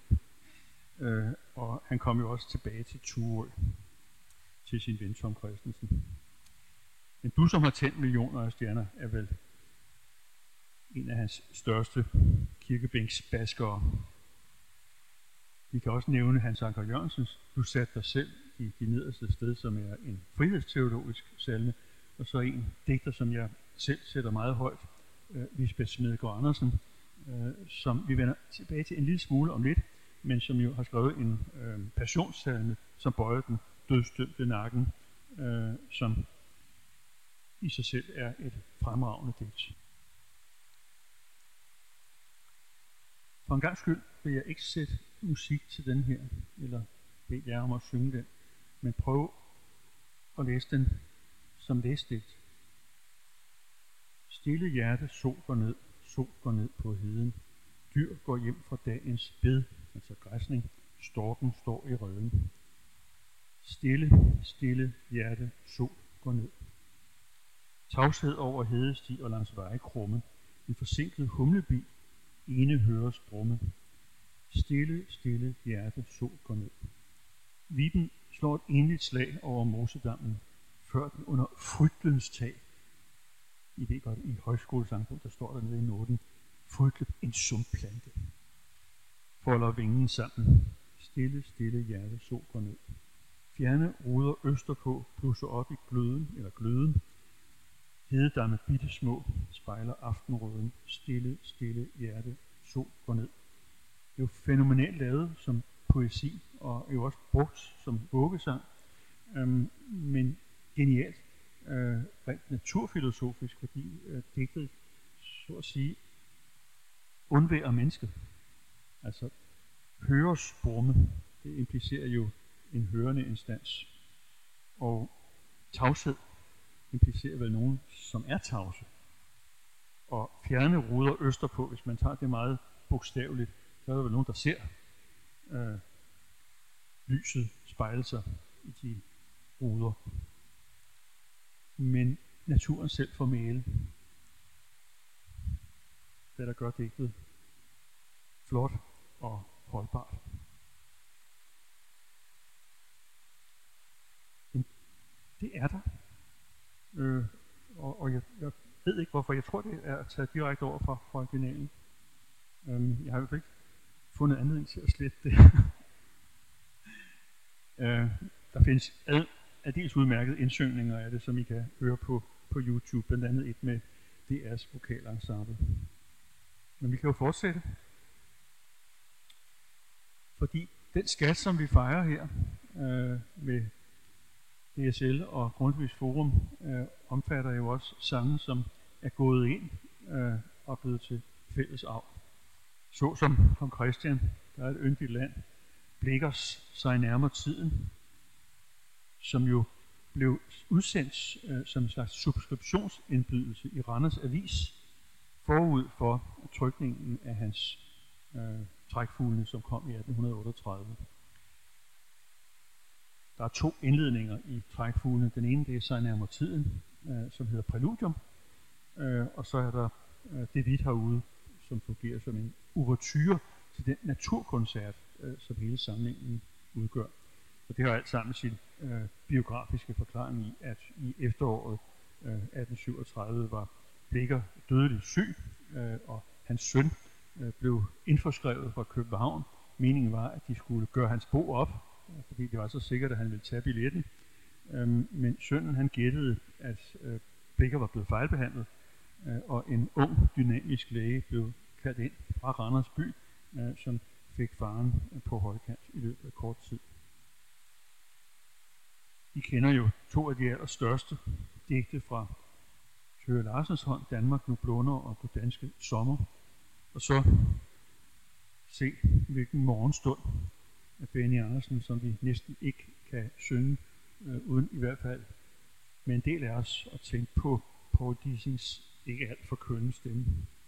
Og han kom jo også tilbage til Turø, til sin ven Tom Christensen. Men du, som har tændt millioner af stjerner, er vel en af hans største kirkebænksbaskere. Vi kan også nævne Hans Anker Jørgensens Du satte dig selv i de nederste sted, som er en frihedsteologisk salme, og så en digter, som jeg selv sætter meget højt, Lisbeth Smedegaard Andersen, som vi vender tilbage til en lille smule om lidt, men som jo har skrevet en passionssalme, som bøjer den dødsdømte nakken, som i sig selv er et fremragende digt. For en gang skyld vil jeg ikke sætte musik til den her, eller bede jer om at synge den, men prøv at læse den som læsdigt. Stille hjerte, sol går ned på heden. Dyr går hjem fra dagens bed, altså græsning. Storken står i reden. Stille, stille hjerte, sol går ned. Tavshed over hedesti og langs veje krumme. En forsinket humlebi, ene høres brumme. Stille, stille hjerte, sol går ned. Viben slår et enligt slag over mosedammen, før den under frygtlens tag. I ved godt, i højskolesangbogen, der står der nede i noten, frygtelig en sumpplante. Folder vingen sammen. Stille, stille hjerte, sol går ned. Fjerne ruder østerpå, blusser op i gløden. Hededamme bitte små, spejler aftenrøden. Stille, stille hjerte, sol går ned. Det er jo fænomenalt lavet som poesi, og er jo også brugt som vågesang, men genialt rent naturfilosofisk, fordi digtet, så at sige, undværer mennesket. Altså, høres brumme, det implicerer jo en hørende instans, og tavshed implicerer vel nogen, som er tavse. Og fjerne ruder østerpå, hvis man tager det meget bogstaveligt, så er der vel nogen, der ser lyset spejle sig i de ruder. Men naturen selv får mæle. Det der gør digtet flot og holdbart. Men det er der. Og jeg ved ikke hvorfor. Jeg tror det er taget direkte over fra originalen. Jeg har jo ikke fundet anledning til at slette det. Der findes aldeles udmærkede indsyngninger af det, som I kan høre på YouTube, blandt andet et med DR's vokalensemble. Men vi kan jo fortsætte. Fordi den skat, som vi fejrer her med DSL og Grundtvigs Forum, omfatter jo også sange, som er gået ind og blevet til fælles arv. Så som Kong Christian, der er et yndigt land, blikker sig nærmere tiden, som jo blev udsendt som en slags subskriptionsindbydelse i Randers Avis, forud for trykningen af hans trækfuglene, som kom i 1838. Der er 2 indledninger i trækfuglene. Den ene, det er sig nærmere tiden, som hedder Præludium, og så er der det vidt herude, som fungerer som en ouverture til den naturkoncert, som hele samlingen udgør. Og det har alt sammen sin biografiske forklaring i, at i efteråret 1837 var Blicher dødeligt syg, og hans søn blev indforskrevet fra København. Meningen var, at de skulle gøre hans bo op, fordi det var så sikkert, at han ville tage billetten. Men sønnen han gættede, at Blicher var blevet fejlbehandlet, og en ung, dynamisk læge blev kaldt ind fra Randers by, som fik faren på højkant i løbet af kort tid. I kender jo 2 af de allerstørste digte fra Thøger Larsens hånd, Danmark nu blunder og på danske sommer. Og så se, hvilken morgenstund af Benny Andersen, som vi næsten ikke kan synge, uden i hvert fald med en del af os at tænke på Paul Dissings ikke alt for kønne stemme.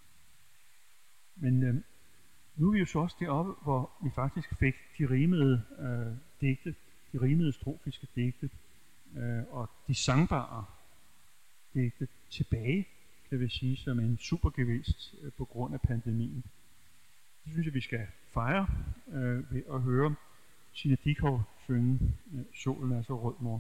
Men nu er vi jo så også deroppe, hvor vi faktisk fik de rimede digte, de rimede strofiske digte, og de sangbare digte tilbage kan vi sige, som en supergevinst på grund af pandemien. Det synes jeg, vi skal fejre ved at høre Tina Dickow synge Solen er så rød, mor.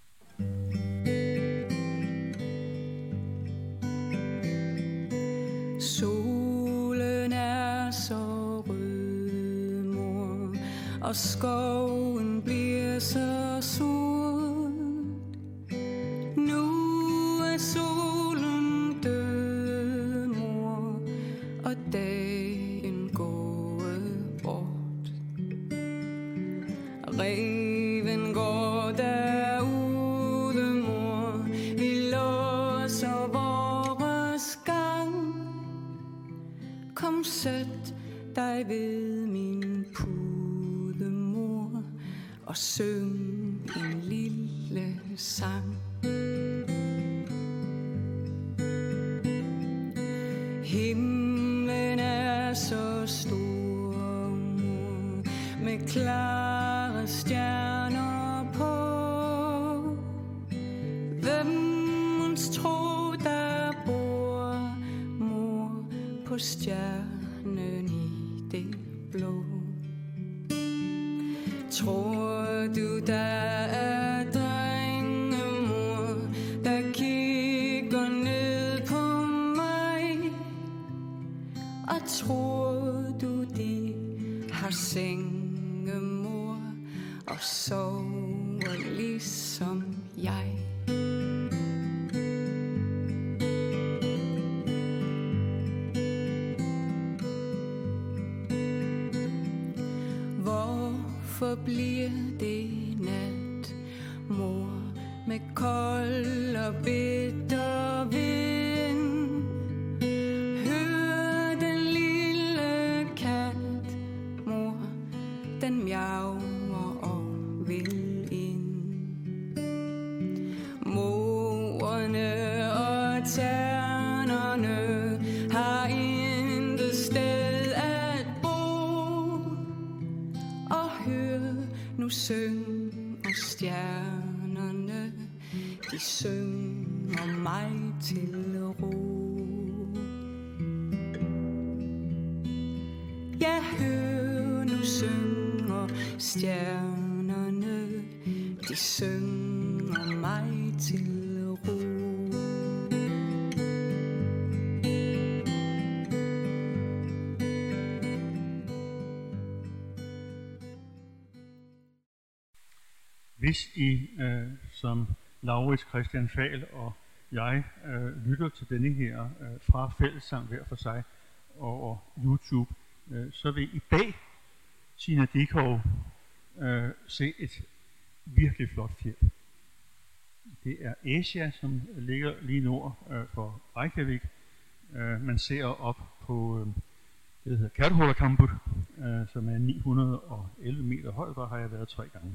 Solen er så rød, mor, og skoven bliver så sort. Nu er solen død, mor, og dagen går bort. Reven går derude, mor, vi låser vores gang. Kom, sæt dig ved min pude, mor, og syng en lille sang. Himlen er så stor, mor, med klare stjerner på. Hvem mås tro, der bor, mor, på stjernen i det blå? Tror du, der er drenge, mor, der kigger ned på mig? Og tror du, de har senge, mor, og sover ligesom jeg? Hvorfor bliver det nat, mor, med kold og bitter vind? Hør den lille kat, mor, den miauer og vil ind. Morerne og ternerne har intet sted at bo. Og hør, nu synger stjernerne, de synger mig til ro. Ja, hør, nu synger stjernerne, de synger mig til ro. Hvis I, som Laurits Christian Fahl og jeg, lytter til denne her fra fællessang hver for sig over YouTube, så vil I bag Tina Dickow se et virkelig flot fjeld. Det er Esja, som ligger lige nord for Reykjavik. Man ser op på det, der hedder Kærtohólakampur, som er 911 meter høj. Der har jeg været 3 gange.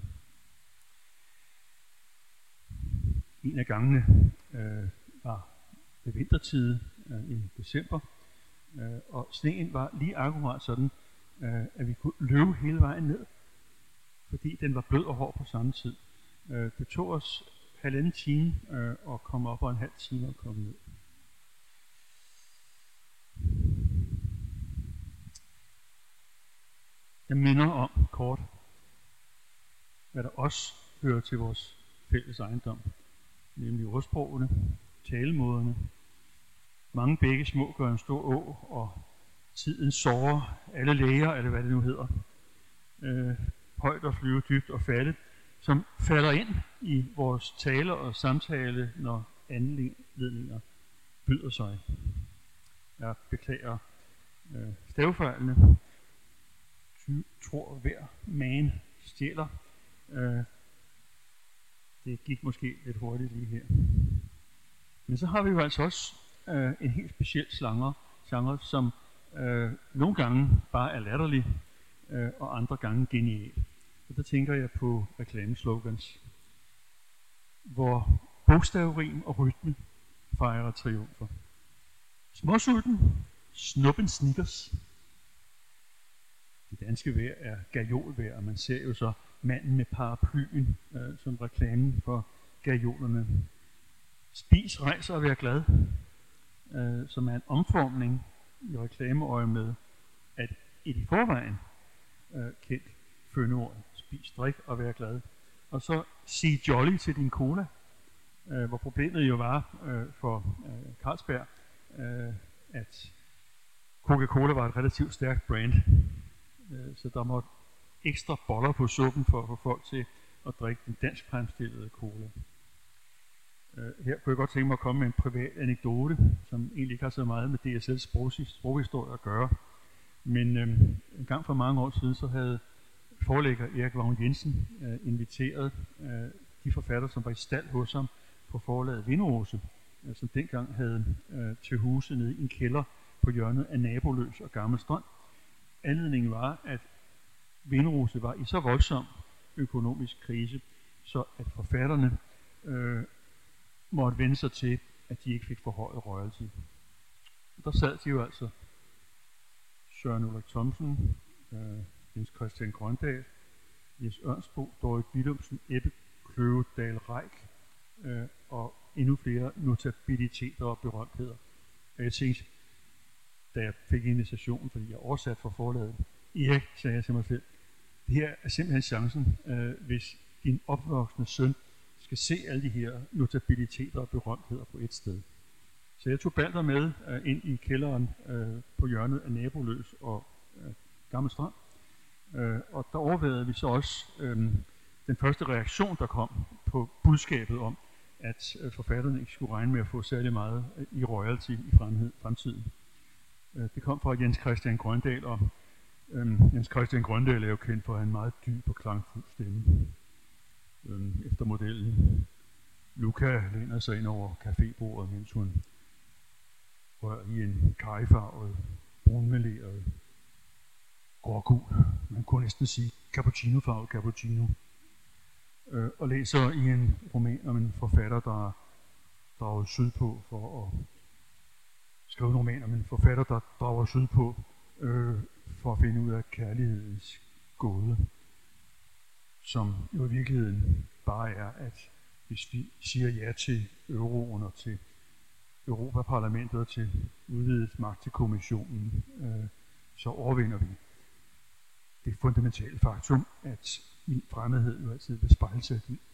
En af gangene var ved vintertid i december, og sneen var lige akkurat sådan, at vi kunne løbe hele vejen ned, fordi den var blød og hård på samme tid. Det tog os 1,5 time at komme op, og 1,5 time at komme ned. Jeg minder om kort, hvad der også hører til vores fælles ejendom, nemlig ordsprogene, talemåderne. Mange bække små gør en stor å, og tiden sårer alle læger, eller hvad det nu hedder. Højt og flyve, dybt og falde, som falder ind i vores tale og samtale, når anledninger byder sig. Jeg beklager stavefejlene. Tror hver man stjæler. Det gik måske lidt hurtigt lige her. Men så har vi jo altså også en helt speciel genre, som nogle gange bare er latterlig, og andre gange genial. Og der tænker jeg på reklameslogans, hvor bogstavrim og rytme fejrer triumfer. Småsulten, snuppen Snickers. Det danske vejr er gajolvejr, og man ser jo så manden med paraplyen som reklamen for gajolerne. Spis, rejs og vær glad. som er en omformning i reklameøje med, at et i forvejen kendt fyndord, spis, drik og være glad. Og så sige jolly til din cola, hvor problemet jo var for Carlsberg, at Coca-Cola var et relativt stærkt brand. Så der måtte ekstra boller på suppen for at få folk til at drikke den dansk fremstillede cola. Her kunne jeg godt tænke mig at komme med en privat anekdote, som egentlig ikke har så meget med DSL's sproghistorie at gøre. Men en gang for mange år siden, så havde forlægger Erik Vagn Jensen inviteret de forfattere, som var i stald hos ham på forlaget Vindrose, som dengang havde til huse nede i en kælder på hjørnet af Naboløs og Gammel Strand. Anledningen var, at Vindrose var i så voldsom økonomisk krise, så at forfatterne måtte vende sig til, at de ikke fik forhøjet royalty. Der sad de jo altså Søren Ulrik Thomsen, Jens Christian Grøndahl, Jes Ørnsbo, Dorrit Willumsen, Ebbe Kløvedal Reik og endnu flere notabiliteter og berømtheder. Og jeg tænkte, da jeg fik invitationen, fordi jeg oversat for forlaget, Erik, sagde jeg til mig selv, det her er simpelthen chancen, hvis din opvoksende søn skal se alle de her notabiliteter og berømtheder på et sted. Så jeg tog Balder med ind i kælderen på hjørnet af Naboløs og Gammel Strand. Og der overvejede vi så også den første reaktion, der kom på budskabet om, at forfatterne ikke skulle regne med at få særlig meget i royalty i fremtiden. Det kom fra Jens Christian Grøndahl, og Jens Christian Grøndahl er jo kendt for at have en meget dyb og klangfuld stemme. Efter modellen Luca læner sig ind over cafébordet, mens hun rører i en kajfarvet, brunmeleret grågul, man kunne næsten sige cappuccino-farvet cappuccino, og læser i en roman om en forfatter, der drager sydpå for at skrive en roman om en forfatter, der drager sydpå for at finde ud af kærlighedens gåde, som jo i virkeligheden bare er, at hvis vi siger ja til euroen og til Europaparlamentet og til udvidet magt til kommissionen, så overvinder vi det fundamentale faktum, at min fremmedhed jo altid vil spejle sig i.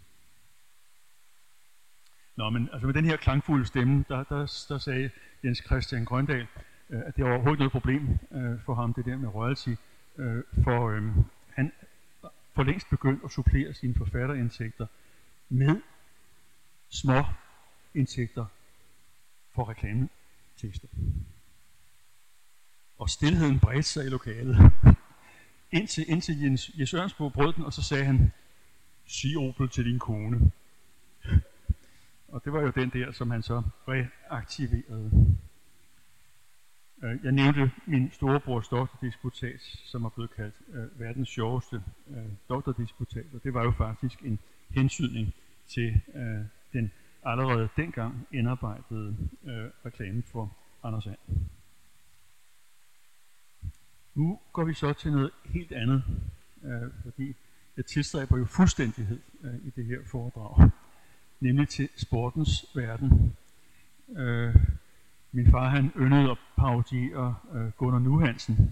Nå, men altså med den her klangfulde stemme, der sagde Jens Christian Grøndahl, at det var overhovedet noget problem for ham, det der med royalty, for han for længst begyndt at supplere sine forfatterindtægter med små indtægter for reklametekster. Og stilheden bredte sig i lokalet. Indtil Jes Ørnsbo brød den, og så sagde han, sig Opel til din kone. Og det var jo den der, som han så reaktiverede. Jeg nævnte min storebrors doktordisputats, som er blevet kaldt verdens sjoveste doktordisputat, og det var jo faktisk en hensydning til den allerede dengang indarbejdede reklame for Anders And. Nu går vi så til noget helt andet, fordi jeg tilstræber jo fuldstændighed i det her foredrag, nemlig til sportens verden. Min far, han yndede at parodiere Gunnar Nu Hansen,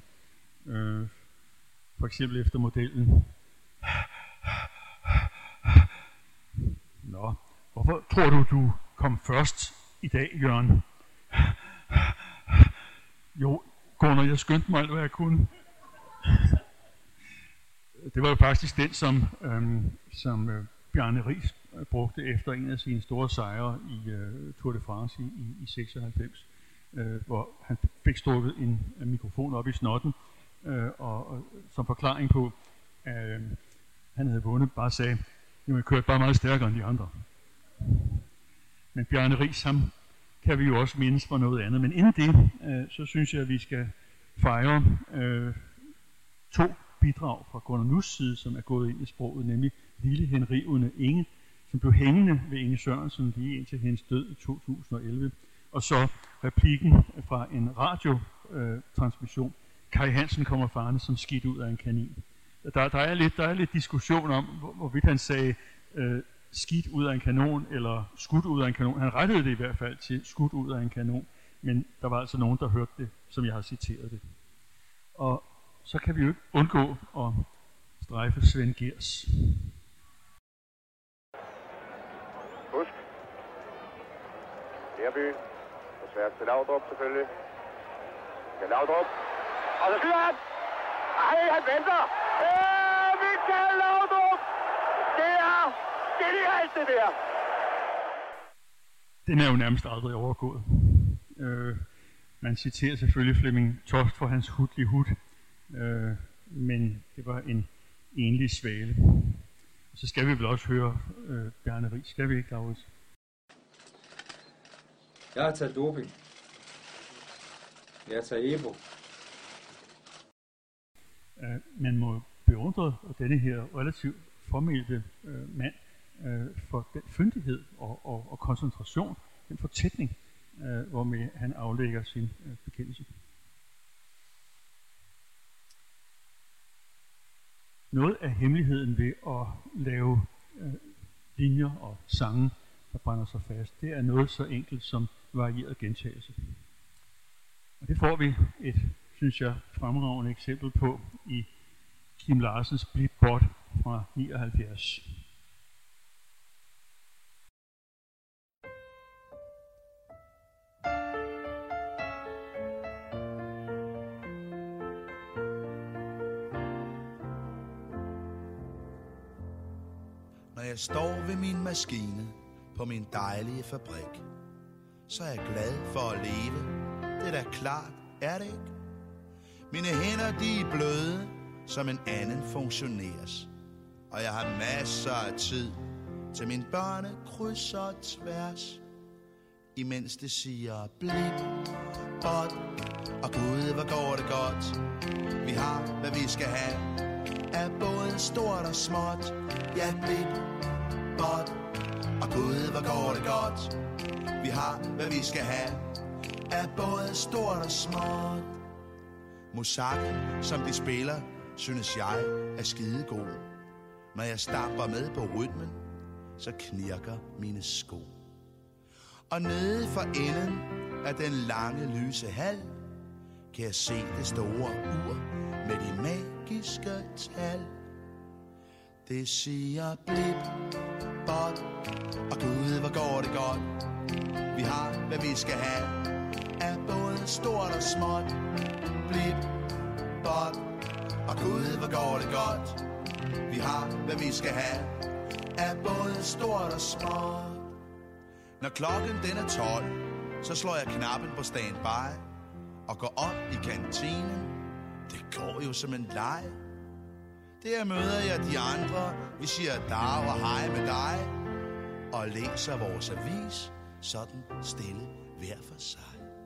for eksempel efter modellen. Nå, hvorfor tror du kom først i dag, Jørgen? Jo, Gunnar, jeg skyndte mig alt, hvad jeg kunne. Det var jo faktisk den, som Bjarne Riis brugte efter en af sine store sejre i Tour de France i 96, hvor han fik strukket en mikrofon op i snotten, og som forklaring på, at han havde vundet, bare sagde, at man kørte bare meget stærkere end de andre. Men Bjarne Riis, ham kan vi jo også mindes for noget andet. Men inden det, så synes jeg, at vi skal fejre to bidrag fra Gunnar Nus side, som er gået ind i sproget, nemlig Lille henrivende Inge, som blev hængende ved Inge Sørensen lige indtil hendes død i 2011. Og så replikken fra en radiotransmission. Kai Hansen kommer farne som skidt ud af en kanin. Der er lidt diskussion om, hvorvidt han sagde skidt ud af en kanon, eller skudt ud af en kanon. Han rettede det i hvert fald til skudt ud af en kanon. men der var altså nogen, der hørte det, som jeg har citeret det. Og så kan vi jo ikke undgå at strejfe Svend Gehrs. Husk. Lerby. Og svært til Laudrup selvfølgelig. Til Laudrup. Og så skyder han! Ej, han venter! Michael Laudrup! Det er genialt, det der! Den er jo nærmest aldrig overgået. Man citerer selvfølgelig Flemming Toft for hans hudlige hud, men det var en enlig svale. Og så skal vi vel også høre Bjarne Riis, skal vi ikke, Laurits? Jeg har taget doping. Jeg har taget EPO. Man må beundre denne her relativt formidlede mand for den fyndighed og koncentration, den fortætning, hvormed han aflægger sin bekendelse. Noget af hemmeligheden ved at lave linjer og sange, der brænder sig fast, det er noget så enkelt som varieret gentagelse. Og det får vi et, synes jeg, fremragende eksempel på i Kim Larsens Blip Bot fra 79. Når jeg står ved min maskine på min dejlige fabrik, så er jeg glad for at leve. Det er da klart, er det ikke? Mine hænder, de er bløde, som en anden funktioneres. Og jeg har masser af tid til mine børne kryds og tværs. Imens det siger blip, bot, og gud, hvor går det godt. Vi har, hvad vi skal have, er både stort og småt. Ja, blip, bot, og gud, hvor går det godt. Vi har, hvad vi skal have, er både stort og småt. Musikken, som de spiller, synes jeg er skidegod. Når jeg stamper med på rytmen, så knirker mine sko. Og nede for enden af den lange lyse hal, kan jeg se det store ur med de magiske tal. Det siger blip, bot, og gud, hvor går det godt. Vi har, hvad vi skal have, er både stort og småt. Blip, bot, og gud, hvor går det godt. Vi har, hvad vi skal have, er både stort og småt. Når klokken den er 12, så slår jeg knappen på standby og går op i kantinen. Det går jo som en leg. Der møder jeg de andre, vi siger dag og hej med dig, og læser vores avis sådan stille hver for sig.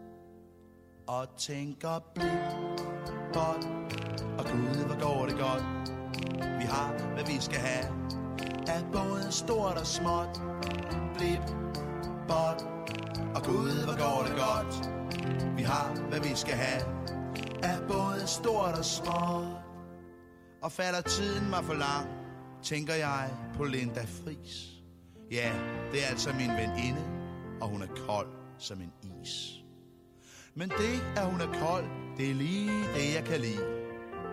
Og tænker blip, bot, og gud, hvor går det godt. Vi har, hvad vi skal have, er både stort og småt. Blip, bot, og gud, hvor går det godt. Vi har, hvad vi skal have, er både stort og småt. Og falder tiden mig for lang, tænker jeg på Linda Friis. Ja, det er altså min veninde, og hun er kold som en is. Men det, at hun er kold, det er lige det, jeg kan lide.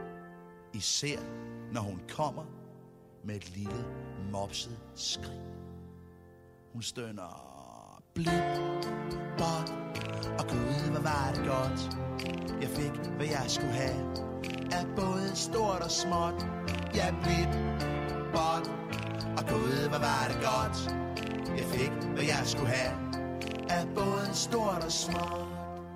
Især når hun kommer med et lille mopset skrig. Hun stønner blip, bot, og gud, hvor var det godt. Jeg fik, hvad jeg skulle have, er både stort og småt. Ja, blip, bot, og gud, hvor var det godt. Jeg fik, hvad jeg skulle have, er både stort og småt.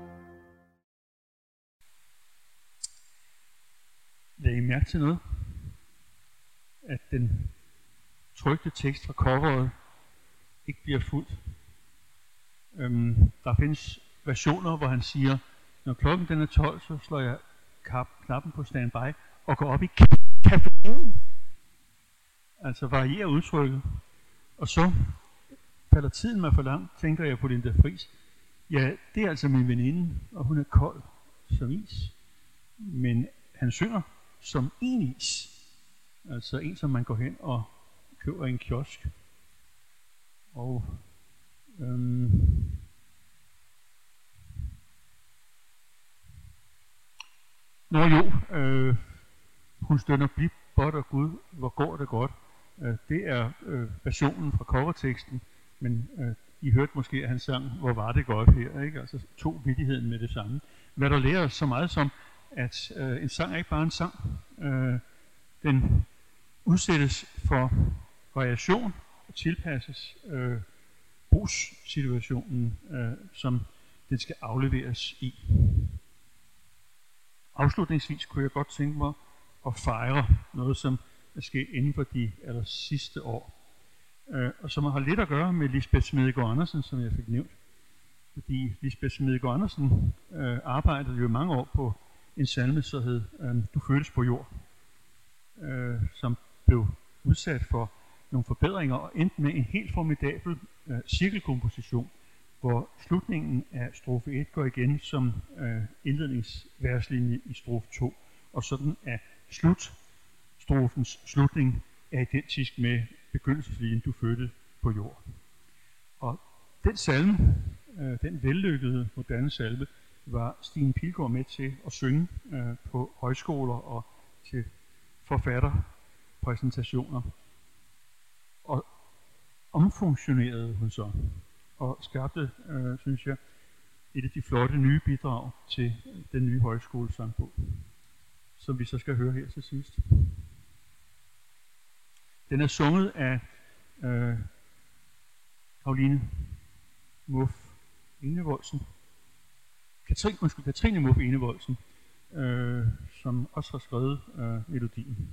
Lad I mærke til noget? At den trykte tekst fra coveret ikke bliver fuldt. Der findes versioner, hvor han siger, når klokken den er 12, så slår jeg knappen på standby og går op i caféen. Altså varierer udtrykket. Og så falder tiden mig for langt, tænker jeg på Linda Friis. Ja, det er altså min veninde, og hun er kold som is. Men han synger som en is. Altså en, som man går hen og køber i en kiosk. Og Nå jo, hun stønner blip, bot og Gud, hvor går det godt. Det er versionen fra coverteksten, men I hørte måske, at han sang, hvor var det godt her, ikke? Altså to vittigheden med det samme. Hvad der lærer os så meget som, at en sang er ikke bare en sang. Den udsættes for variation og tilpasses brugssituationen, som den skal afleveres i. Afslutningsvis kunne jeg godt tænke mig at fejre noget, som er sket inden for de aller sidste år, og som har lidt at gøre med Lisbeth Smedegaard Andersen, som jeg fik nævnt. Fordi Lisbeth Smedegaard Andersen arbejdede jo mange år på en salme, så hed Du føles på jord, som blev udsat for nogle forbedringer og endte med en helt formidabel cirkelkomposition, hvor slutningen af strofe 1 går igen som indledningsverslinje i strofe 2, og sådan at slutstrofens slutning er identisk med begyndelseslinjen Du fødte på jord. Og den salme, den vellykkede moderne salme, var Stine Pilgaard med til at synge på højskoler og til forfatterpræsentationer. Og omfunktionerede hun så, og skabte, synes jeg, et af de flotte nye bidrag til den nye højskolesangbog, som vi så skal høre her til sidst. Den er sunget af Karoline Muff Enevoldsen, Katrine Muff Enevoldsen, som også har skrevet melodien.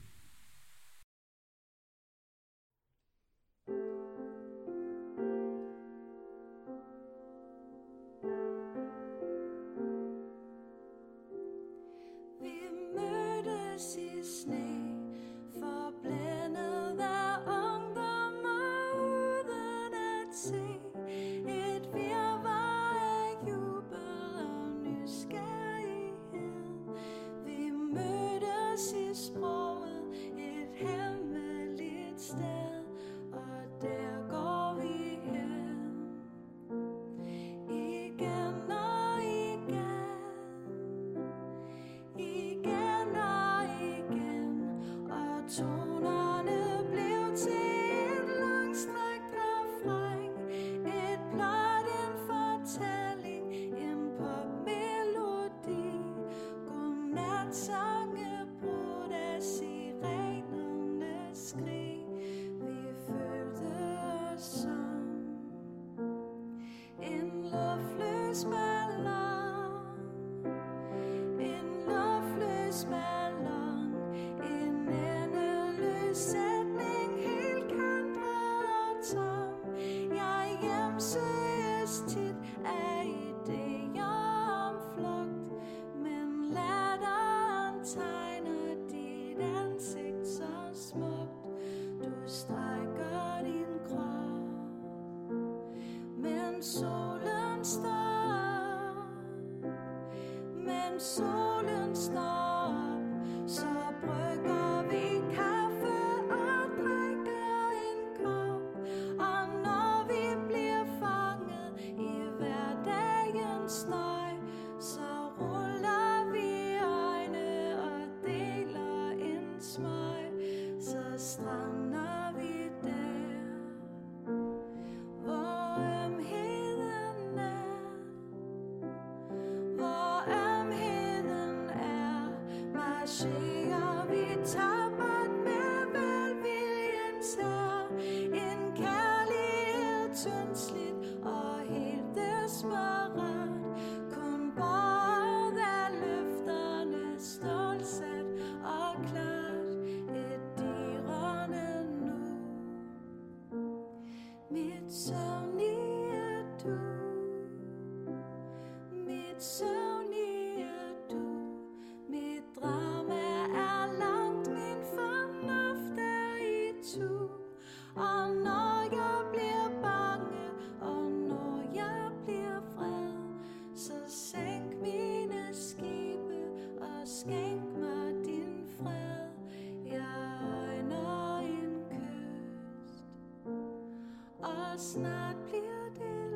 Snart bliver det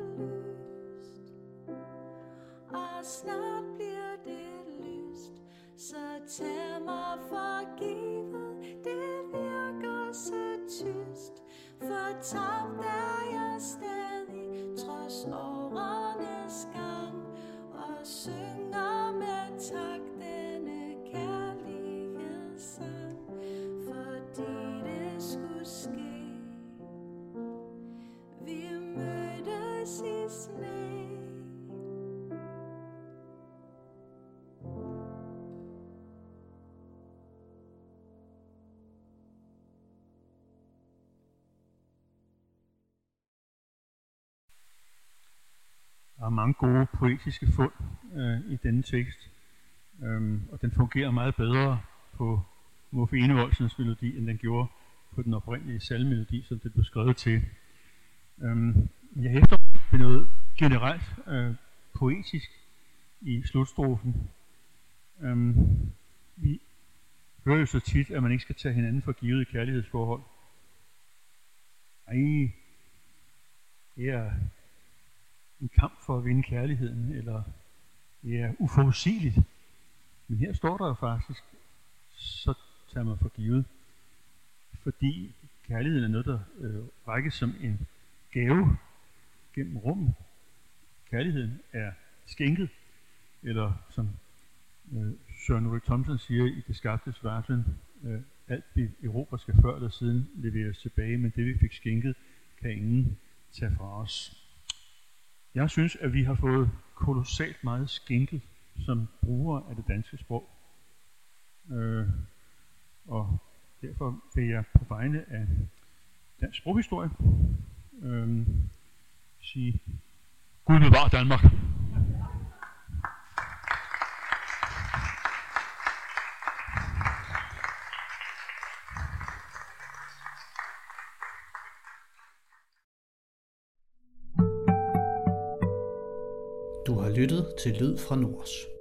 lyst, og snart bliver det lyst, så mig for givet, det virker så tyst. Fortabt er jeg stadig, trods årenes gang, og synger med tak denne kærlighedssang, fordi det skulle ske. Vi mødtes i sne. Der er mange gode poetiske fund i denne tekst, og den fungerer meget bedre på Muffe Enevoldsens melodi, end den gjorde på den oprindelige salmemelodi, som det blev skrevet til. Jeg hæfter ved noget generelt poetisk i slutstrofen. Vi hører jo så tit, at man ikke skal tage hinanden for givet i kærlighedsforhold. Ej, det er en kamp for at vinde kærligheden, eller det er uforudsigeligt. Men her står der jo faktisk, så tager man for givet. Fordi kærligheden er noget, der rækkes som en gave gennem rummet. Kærligheden er skænket, eller som Søren Ulrik Thomsen siger i Det skabtes verden, alt vi erobrer skal før eller siden leveres tilbage, men det vi fik skænket, kan ingen tage fra os. Jeg synes, at vi har fået kolossalt meget skænket som brugere af det danske sprog. Og derfor vil jeg på vegne af dansk sproghistorie sige Gud bevar Danmark. Du har lyttet til Lyd fra Nords.